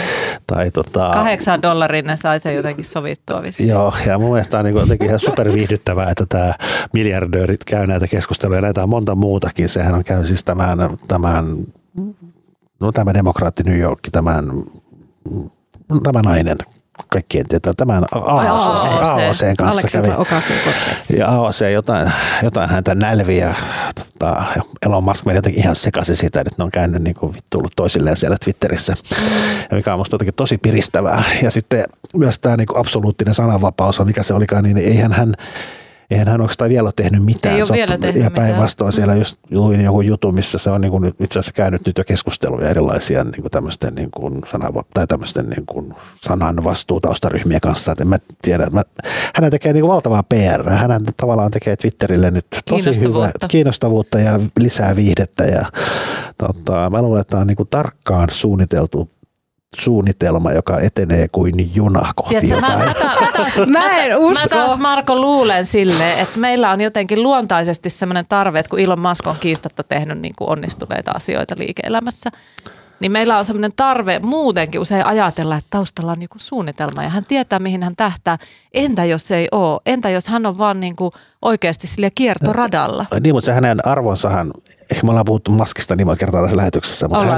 $8 ne sai sen jotenkin sovittua vissiin. Joo, ja mun mielestä on niin jotenkin ihan superviihdyttävää, että tämä miljardöörit käy näitä keskusteluja. Näitä on monta muutakin. Sehän on käynyt siis tämä demokraatti New York, tämä nainen, kaikkien tietää, tämän AOC:n kanssa kävi. Ja AOC jotain häntä nälvi ja Elon Musk meni jotenkin ihan sekaisin siitä, että ne on käynyt niin kuin vittuillut toisilleen siellä Twitterissä, ja mikä on musta jotenkin tosi piristävää. Ja sitten myös tämä niin kuin absoluuttinen sananvapaus, mikä se olikaan, niin eihän hän oikeastaan vielä ole tehnyt mitään. Ei ole vielä tehnyt ja päinvastoin siellä just luin joku jutun, missä se on niin kuin itse asiassa käynyt nyt jo keskusteluja erilaisia niin kuin tämmöisten, niin kuin tämmöisten niin kuin sanan vastuutaustaryhmien kanssa. Et en mä tiedä, hän tekee niin kuin valtavaa PR. Hän tavallaan tekee Twitterille nyt tosi hyvää kiinnostavuutta ja lisää viihdettä. Ja, mä luulen, että tämä on niin kuin tarkkaan suunnitelma, joka etenee kuin juna kohti jotain. Mä en usko. Mä taas Marko luulen silleen, että meillä on jotenkin luontaisesti sellainen tarve, että kun Elon Musk on kiistatta tehnyt niin kuin onnistuneita asioita liike-elämässä, niin meillä on sellainen tarve muutenkin usein ajatella, että taustalla on joku suunnitelma ja hän tietää, mihin hän tähtää. Entä jos ei ole? Entä jos hän on vaan niin kuin oikeasti sille kiertoradalla? Niin, mutta se hänen arvonsahan, ehkä me ollaan puhuttu Muskista niin monta kertaa tässä lähetyksessä, mutta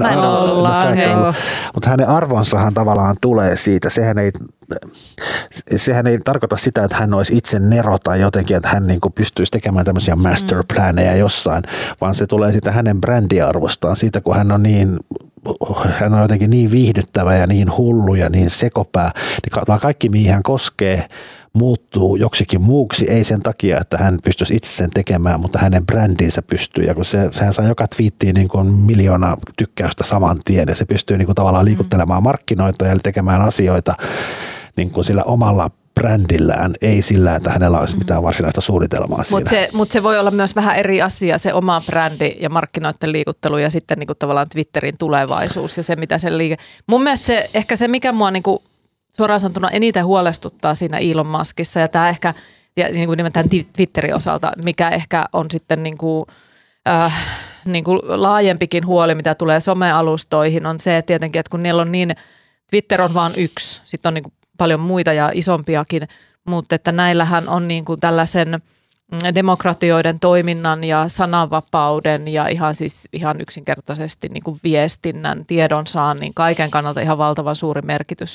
hänen arvonsahan tavallaan tulee siitä. Sehän ei tarkoita sitä, että hän olisi itse nero tai jotenkin, että hän niin kuin pystyisi tekemään tämmöisiä masterplaneja jossain, vaan se tulee siitä hänen brändiarvostaan, siitä kun hän on jotenkin niin viihdyttävä ja niin hullu ja niin sekopää, niin kaikki mihin hän koskee muuttuu joksikin muuksi, ei sen takia, että hän pystyisi itse sen tekemään, mutta hänen brändiinsä pystyy. Ja kun sehän saa joka twiittiin niin kuin 1 miljoona tykkäystä saman tien, ja se pystyy niin kuin tavallaan liikuttelemaan markkinoita ja tekemään asioita niin kuin sillä omalla brändillään, ei sillä, että hänellä olisi mitään varsinaista suunnitelmaa siinä. Mutta se voi olla myös vähän eri asia, se oma brändi ja markkinoiden liikuttelu ja sitten niin kuin tavallaan Twitterin tulevaisuus ja se, mitä se Mun mielestä ehkä se, mikä mua niin kuin suoraan sanottuna eniten huolestuttaa siinä Elon Muskissa ja tämä ehkä, ja niin kuin nimenomaan Twitterin osalta, mikä ehkä on sitten niin kuin, niin kuin laajempikin huoli, mitä tulee somealustoihin, on se että tietenkin, että kun niillä on niin, Twitter on vain yksi, sitten on niin kuin paljon muita ja isompiakin, mutta että näillähän on niin kuin tällaisen demokratioiden toiminnan ja sananvapauden ja ihan yksinkertaisesti niin kuin viestinnän, tiedonsaannin, kaiken kannalta ihan valtavan suuri merkitys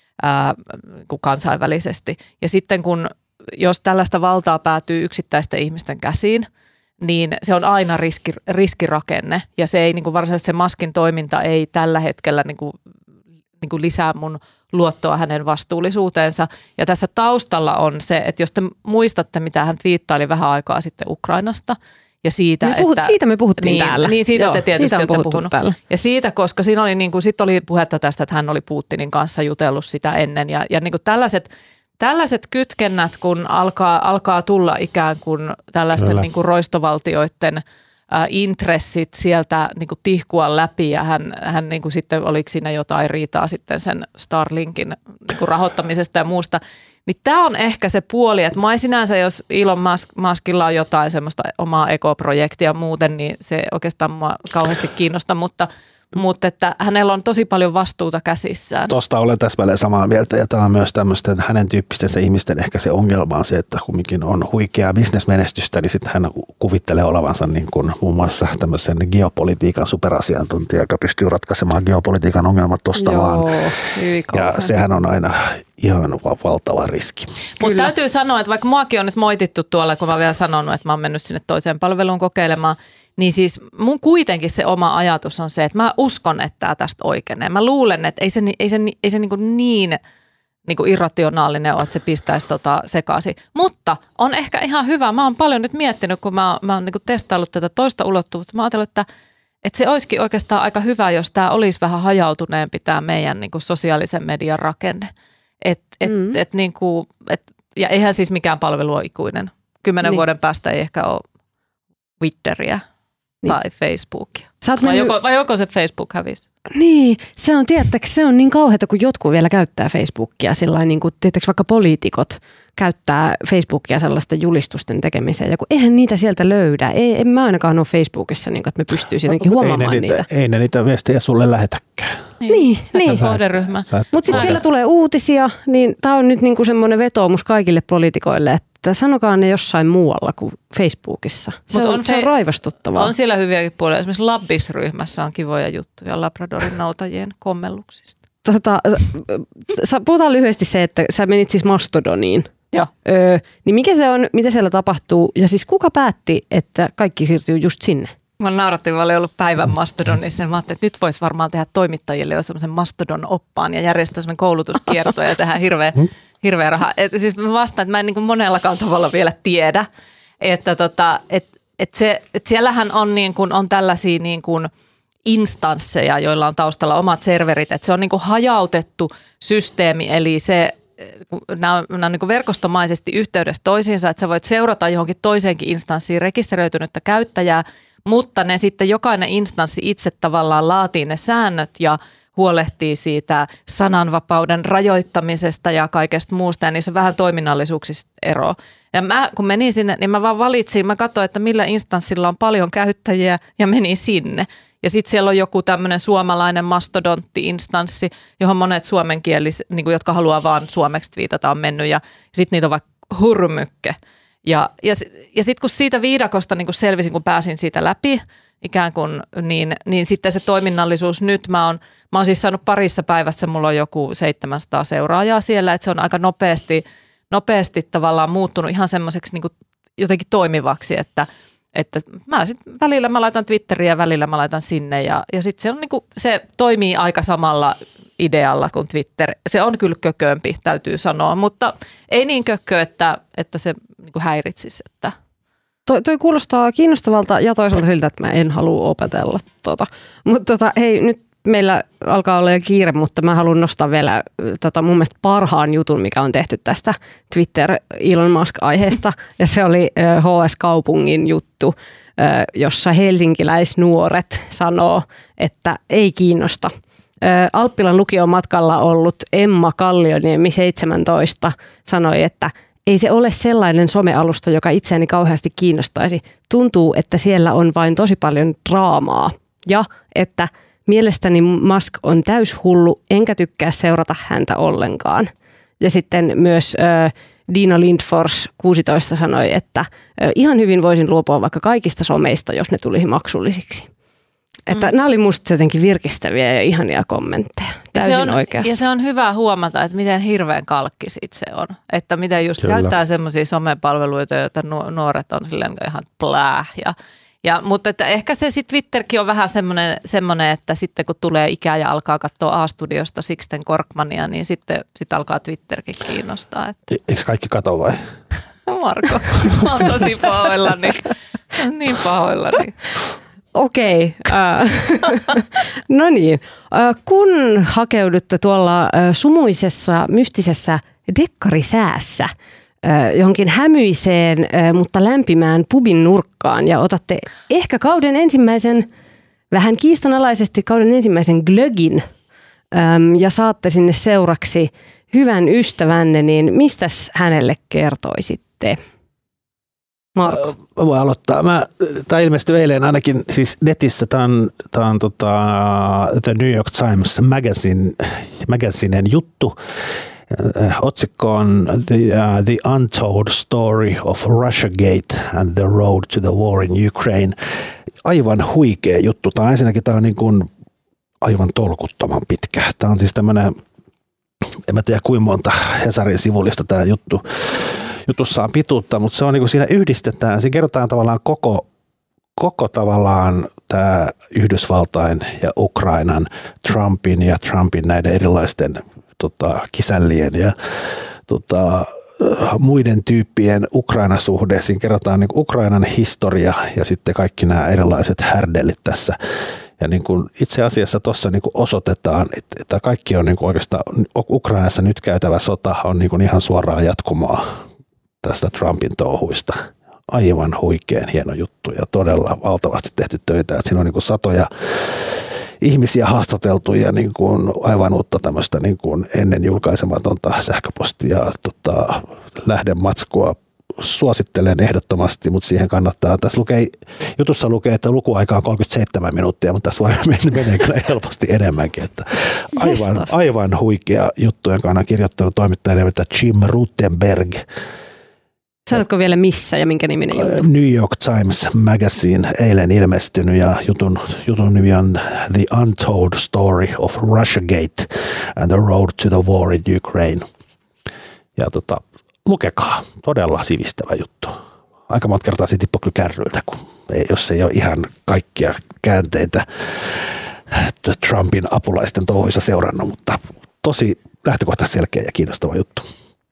kansainvälisesti. Ja sitten jos tällaista valtaa päätyy yksittäisten ihmisten käsiin, niin se on aina riskirakenne ja se ei niin kuin varsinaisesti se Muskin toiminta ei tällä hetkellä niin kuin lisää mun luottoa hänen vastuullisuuteensa. Ja tässä taustalla on se, että jos te muistatte, mitä hän twiittaili vähän aikaa sitten Ukrainasta ja siitä, siitä me puhuttiin täällä. Niin, siitä Joo, te tietysti siitä olette puhunut. Täällä. Ja siitä, koska siinä oli, niin kuin, sit oli puhetta tästä, että hän oli Putinin kanssa jutellut sitä ennen. Ja niin kuin tällaiset kytkennät, kun alkaa tulla ikään kuin tällaisten niin kuin roistovaltioiden intressit sieltä niin kuin tihkua läpi ja hän niin kuin sitten oliko siinä jotain riitaa sitten sen Starlinkin niin kuin rahoittamisesta ja muusta, niin tämä on ehkä se puoli, että mä sinänsä, jos Elon Muskilla on jotain semmoista omaa ekoprojektia muuten, niin se oikeastaan mua kauheasti kiinnostaa, mutta että hänellä on tosi paljon vastuuta käsissään. Tuosta olen täsmälleen samaa mieltä ja tämä on myös tämmöisten hänen tyyppistensä ihmisten ehkä se ongelma on se, että kumminkin on huikeaa bisnesmenestystä, niin sitten hän kuvittelee olevansa niin kuin muun muassa tämmöisen geopolitiikan superasiantuntija, joka pystyy ratkaisemaan geopolitiikan ongelmat tuosta vaan. Ja sehän on aina ihan valtava riski. Mutta täytyy sanoa, että vaikka muakin on nyt moitittu tuolla, kun mä vielä sanonut, että mä oon mennyt sinne toiseen palveluun kokeilemaan, niin siis mun kuitenkin se oma ajatus on se, että mä uskon, että tämä tästä oikeenee. Mä luulen, että ei se niin kuin irrationaalinen ole, että se pistäisi sekaisin. Mutta on ehkä ihan hyvä. Mä oon paljon nyt miettinyt, kun mä oon niin kuin testaillut tätä toista ulottuvuutta. Mä ajattelin, että se olisikin oikeastaan aika hyvä, jos tämä olisi vähän hajautuneempi tämä meidän niin kuin sosiaalisen median rakenne. Ja eihän siis mikään palvelu ole ikuinen. 10 vuoden päästä ei ehkä ole Twitteriä. Tai Facebookia. Vai joko se Facebook hävisi? Niin, se on niin kauheata, kun jotkut vielä käyttää Facebookia. Sillain, niin kuin, tietääkö vaikka poliitikot käyttää Facebookia sellaisten julistusten tekemiseen. Ja kun eihän niitä sieltä löydä. En mä ainakaan ole Facebookissa, niin, että me pystyisi jotenkin huomaamaan niitä. Ei ne niitä viestejä sulle lähetäkään. Niin. Kohderyhmä. Mutta sitten siellä tulee uutisia, niin tämä on nyt niinku semmoinen vetoomus kaikille poliitikoille, että sanokaa ne jossain muualla kuin Facebookissa. Se on raivostuttavaa. On siellä hyviäkin puolia. Esimerkiksi Labbis-ryhmässä on kivoja juttuja Labradorin noutajien kommelluksista. Puhutaan lyhyesti se, että sä menit siis Mastodoniin. Joo. Niin mikä se on, mitä siellä tapahtuu ja siis kuka päätti, että kaikki siirtyy just sinne? Mä naurattiin, mä olin ollut päivän Mastodonissa ja mä ajattelin, että nyt voisi varmaan tehdä toimittajille jo semmoisen Mastodon-oppaan ja järjestää semmoinen koulutuskierto ja tehdä hirveä raha. Siis mä vastaan, että mä en niin kuin monellakaan tavalla vielä tiedä, että siellähän on, niin kuin, on tällaisia niin kuin instansseja, joilla on taustalla omat serverit, että se on niin kuin hajautettu systeemi, eli nämä on niin kuin verkostomaisesti yhteydessä toisiinsa, että sä voit seurata johonkin toiseenkin instanssiin rekisteröitynyttä käyttäjää, mutta ne sitten jokainen instanssi itse tavallaan laatii ne säännöt ja huolehtii siitä sananvapauden rajoittamisesta ja kaikesta muusta ja niissä vähän toiminnallisuuksista eroa. Ja mä kun menin sinne, niin mä vaan valitsin, mä katsoin, että millä instanssilla on paljon käyttäjiä ja menin sinne. Ja sitten siellä on joku tämmöinen suomalainen mastodontti-instanssi, johon monet suomenkieliset, niin kuin, jotka haluaa vaan suomeksi twiitata, on mennyt ja sitten niitä on vaikka hurmykke. Ja sitten kun siitä viidakosta niin kun selvisin, kun pääsin siitä läpi, ikään kuin, niin sitten se toiminnallisuus nyt, mä oon siis saanut parissa päivässä, mulla on joku 700 seuraajaa siellä, että se on aika nopeasti tavallaan muuttunut ihan semmoiseksi niin kuin jotenkin toimivaksi, että mä sitten välillä mä laitan Twitteriä, välillä mä laitan sinne ja sitten se on niin kuin, se toimii aika samalla idealla kuin Twitter. Se on kyllä kökömpi, täytyy sanoa, mutta ei niin kökkö, että se niin kuin häiritsisi. Että. Toi kuulostaa kiinnostavalta ja toisaalta siltä, että mä en halua opetella Mutta hei, nyt meillä alkaa olla jo kiire, mutta mä haluan nostaa vielä mun mielestä parhaan jutun, mikä on tehty tästä Twitter Elon Musk-aiheesta. Ja se oli HS Kaupungin juttu, jossa helsinkiläisnuoret sanoo, että ei kiinnosta. Alppilan lukion matkalla ollut Emma Kallioniemi 17 sanoi, että ei se ole sellainen somealusta, joka itseäni kauheasti kiinnostaisi. Tuntuu, että siellä on vain tosi paljon draamaa ja että mielestäni Musk on täyshullu, enkä tykkää seurata häntä ollenkaan. Ja sitten myös Dina Lindfors 16 sanoi, että ihan hyvin voisin luopua vaikka kaikista someista, jos ne tulisi maksullisiksi. Että nämä oli musta jotenkin virkistäviä ja ihania kommentteja. Täysin oikeassa. Ja se on hyvä huomata, että miten hirveän kalkkis itse on. Että miten just käyttää semmoisia somepalveluita, joita nuoret on silleen ihan plää. Mutta että ehkä se sitten Twitterkin on vähän semmoinen, että sitten kun tulee ikää ja alkaa katsoa A-studiosta Sixten Korkmania, niin sitten alkaa Twitterkin kiinnostaa. Että. Eikö kaikki kato vai? Marko, mä oon tosi pahoillani. Niin pahoillani. Okei. No niin. Kun hakeudutte tuolla sumuisessa, mystisessä dekkarisäässä johonkin hämyiseen, mutta lämpimään pubin nurkkaan ja otatte ehkä kauden ensimmäisen, vähän kiistanalaisesti kauden ensimmäisen glögin ja saatte sinne seuraksi hyvän ystävänne, niin mistäs hänelle kertoisitte? Marko. Mä voin aloittaa. Tämä ilmestyi eilen ainakin siis netissä. Tämä on The New York Times Magazinen juttu. Otsikko on The Untold Story of Russiagate and the Road to the War in Ukraine. Aivan huikea juttu. Ensinnäkin tämä on niin kuin aivan tolkuttoman pitkä. Tämä on siis tämmöinen, en mä tiedä kuinka monta Hesarin sivullista tämä jutussa on pituutta, mutta se on niin kuin siinä yhdistetään, siinä kerrotaan tavallaan koko tavallaan tämä Yhdysvaltain ja Ukrainan, Trumpin näiden erilaisten kisällien ja muiden tyyppien Ukraina-suhde. Siinä kerrotaan niin kuin Ukrainan historia ja sitten kaikki nämä erilaiset härdellit tässä. Ja niin kuin itse asiassa tuossa niin kuin osoitetaan, että kaikki on niin kuin oikeastaan Ukrainassa nyt käytävä sota on niin kuin ihan suoraan jatkumaa tästä Trumpin touhuista. Aivan huikean hieno juttu ja todella valtavasti tehty töitä. Että siinä on niin kuin satoja ihmisiä haastateltu ja niin kuin aivan uutta tämmöistä niin kuin ennen julkaisematonta sähköpostia lähdematskua. Suosittelen ehdottomasti, mutta siihen kannattaa. Tässä jutussa lukee, että lukuaika on 37 minuuttia, mutta tässä menee kyllä helposti enemmänkin. Että aivan huikea juttu, jonka on kirjoittanut toimittaja nimeltä Jim Rutenberg. Sanotko vielä missä ja minkä niminen juttu? New York Times Magazine eilen ilmestynyt ja jutun nimi on The Untold Story of Russiagate and the Road to the War in Ukraine. Ja lukekaa, todella sivistävä juttu. Aika monta kertaa se tippui kyllä kärryiltä, jos ei ole ihan kaikkia käänteitä Trumpin apulaisten touhuissa seurannut, mutta tosi lähtökohtaisesti selkeä ja kiinnostava juttu.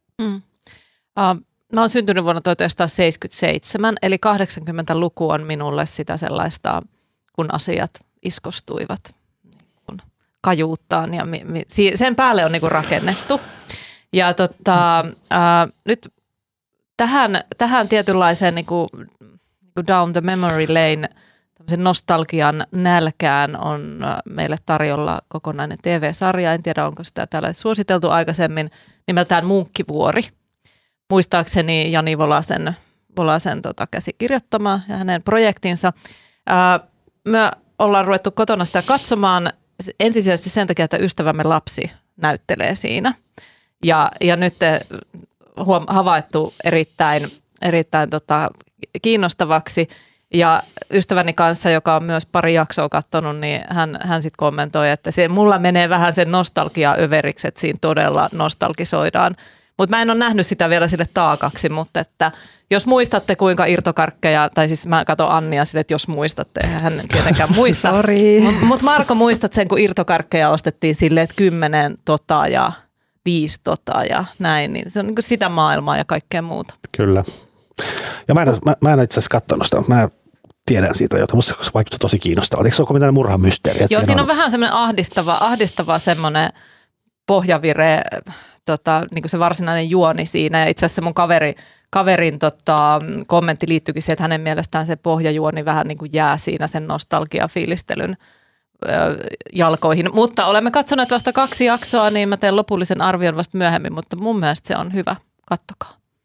Mä oon syntynyt vuonna 1977, eli 80-luku on minulle sitä sellaista, kun asiat iskostuivat niin kajuuttaan ja sen päälle on niin kuin rakennettu. Ja nyt tähän tietynlaiseen niin kuin down the memory lane, tämmöisen nostalgian nälkään on meille tarjolla kokonainen TV-sarja. En tiedä, onko sitä täällä suositeltu aikaisemmin, nimeltään Munkkivuori. Muistaakseni Jani Volasen käsikirjoittama ja hänen projektinsa. Me ollaan ruvettu kotona sitä katsomaan ensisijaisesti sen takia, että ystävämme lapsi näyttelee siinä. Ja nyt havaittu erittäin kiinnostavaksi. Ja ystäväni kanssa, joka on myös pari jaksoa katsonut, niin hän sitten kommentoi, että mulla menee vähän sen nostalgia-överiksi, että siinä todella nostalgisoidaan. Mutta mä en ole nähnyt sitä vielä sille taakaksi, mutta että jos muistatte kuinka irtokarkkeja, tai siis mä katson Annia sille, että jos muistatte, hän tietenkään muista. Mutta Marko, muistat sen, kun irtokarkkeja ostettiin silleen, että 10 ja 5 ja näin, niin se on niin kuin sitä maailmaa ja kaikkea muuta. Kyllä. Ja mä en itse asiassa katsonut sitä, mutta mä tiedän siitä jotain. Musta se vaikuttaa tosi kiinnostavaa. Eikö se ole mitään murhamysteeriä? Joo, siinä on vähän semmoinen ahdistava semmoinen pohjavire, niin kuin se varsinainen juoni siinä. Ja itse asiassa mun kaverin kommentti liittyykin siihen, että hänen mielestään se pohjajuoni vähän niin kuin jää siinä sen nostalgiafiilistelyn jalkoihin. Mutta olemme katsoneet vasta 2 jaksoa, niin mä teen lopullisen arvion vasta myöhemmin, mutta mun mielestä se on hyvä. Kattokaa.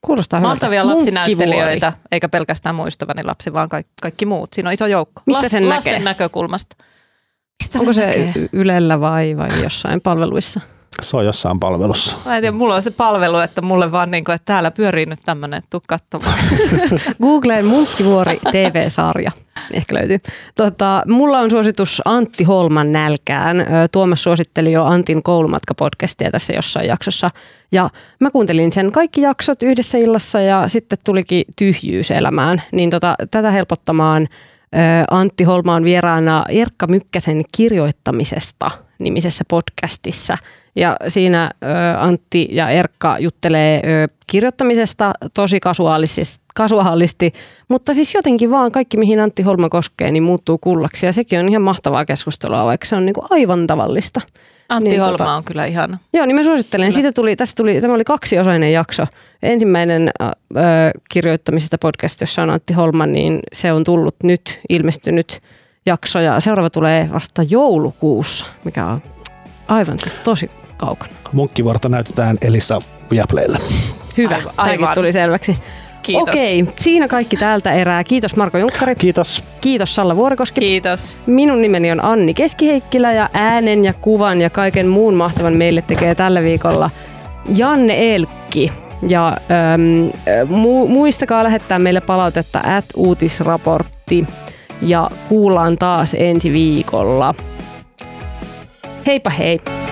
Kuulostaa hyvältä. Mahtavia lapsinäyttelijöitä, eikä pelkästään mun ystäväni lapsi, vaan kaikki muut. Siinä on iso joukko. Mistä sen näkee? Lasten näkökulmasta. Mistä onko se Ylellä vai jossain palveluissa? Se on jossain palvelussa. Mä en tiedä, mulla on se palvelu, että mulle vaan niin kuin, että täällä pyörii nyt tämmöinen, tuu katsomaan. Googleen Munkkivuori TV-sarja. Ehkä löytyy. Mulla on suositus Antti Holman nälkään. Tuomas suositteli jo Antin koulumatka-podcastia tässä jossain jaksossa. Ja mä kuuntelin sen kaikki jaksot yhdessä illassa ja sitten tulikin tyhjyys elämään. Niin tätä helpottamaan Antti Holma on vieraana Erkka Mykkäsen Kirjoittamisesta -nimisessä podcastissa. Ja siinä Antti ja Erkka juttelee kirjoittamisesta tosi kasuaalisti, mutta siis jotenkin vaan kaikki, mihin Antti Holma koskee, niin muuttuu kullaksi. Ja sekin on ihan mahtavaa keskustelua, vaikka se on niin kuin aivan tavallista. Antti Holma on kyllä ihana. Joo, niin mä suosittelen. Tämä oli 2-osainen jakso. Ensimmäinen kirjoittamisesta podcast, jossa on Antti Holma, niin se on tullut nyt, ilmestynyt jakso. Ja seuraava tulee vasta joulukuussa, mikä on aivan siis tosi kaukana. Munkkivuorta näytetään Elisa Viaplaylle. Hyvä, tämäkin tuli selväksi. Kiitos. Okei, siinä kaikki tältä erää. Kiitos Marko Junkkari. Kiitos. Kiitos Salla Vuorikoski. Kiitos. Minun nimeni on Anni Keskiheikkilä ja äänen ja kuvan ja kaiken muun mahtavan meille tekee tällä viikolla Janne Elkki. Ja muistakaa lähettää meille palautetta @uutisraportti ja kuullaan taas ensi viikolla. Heippa hei!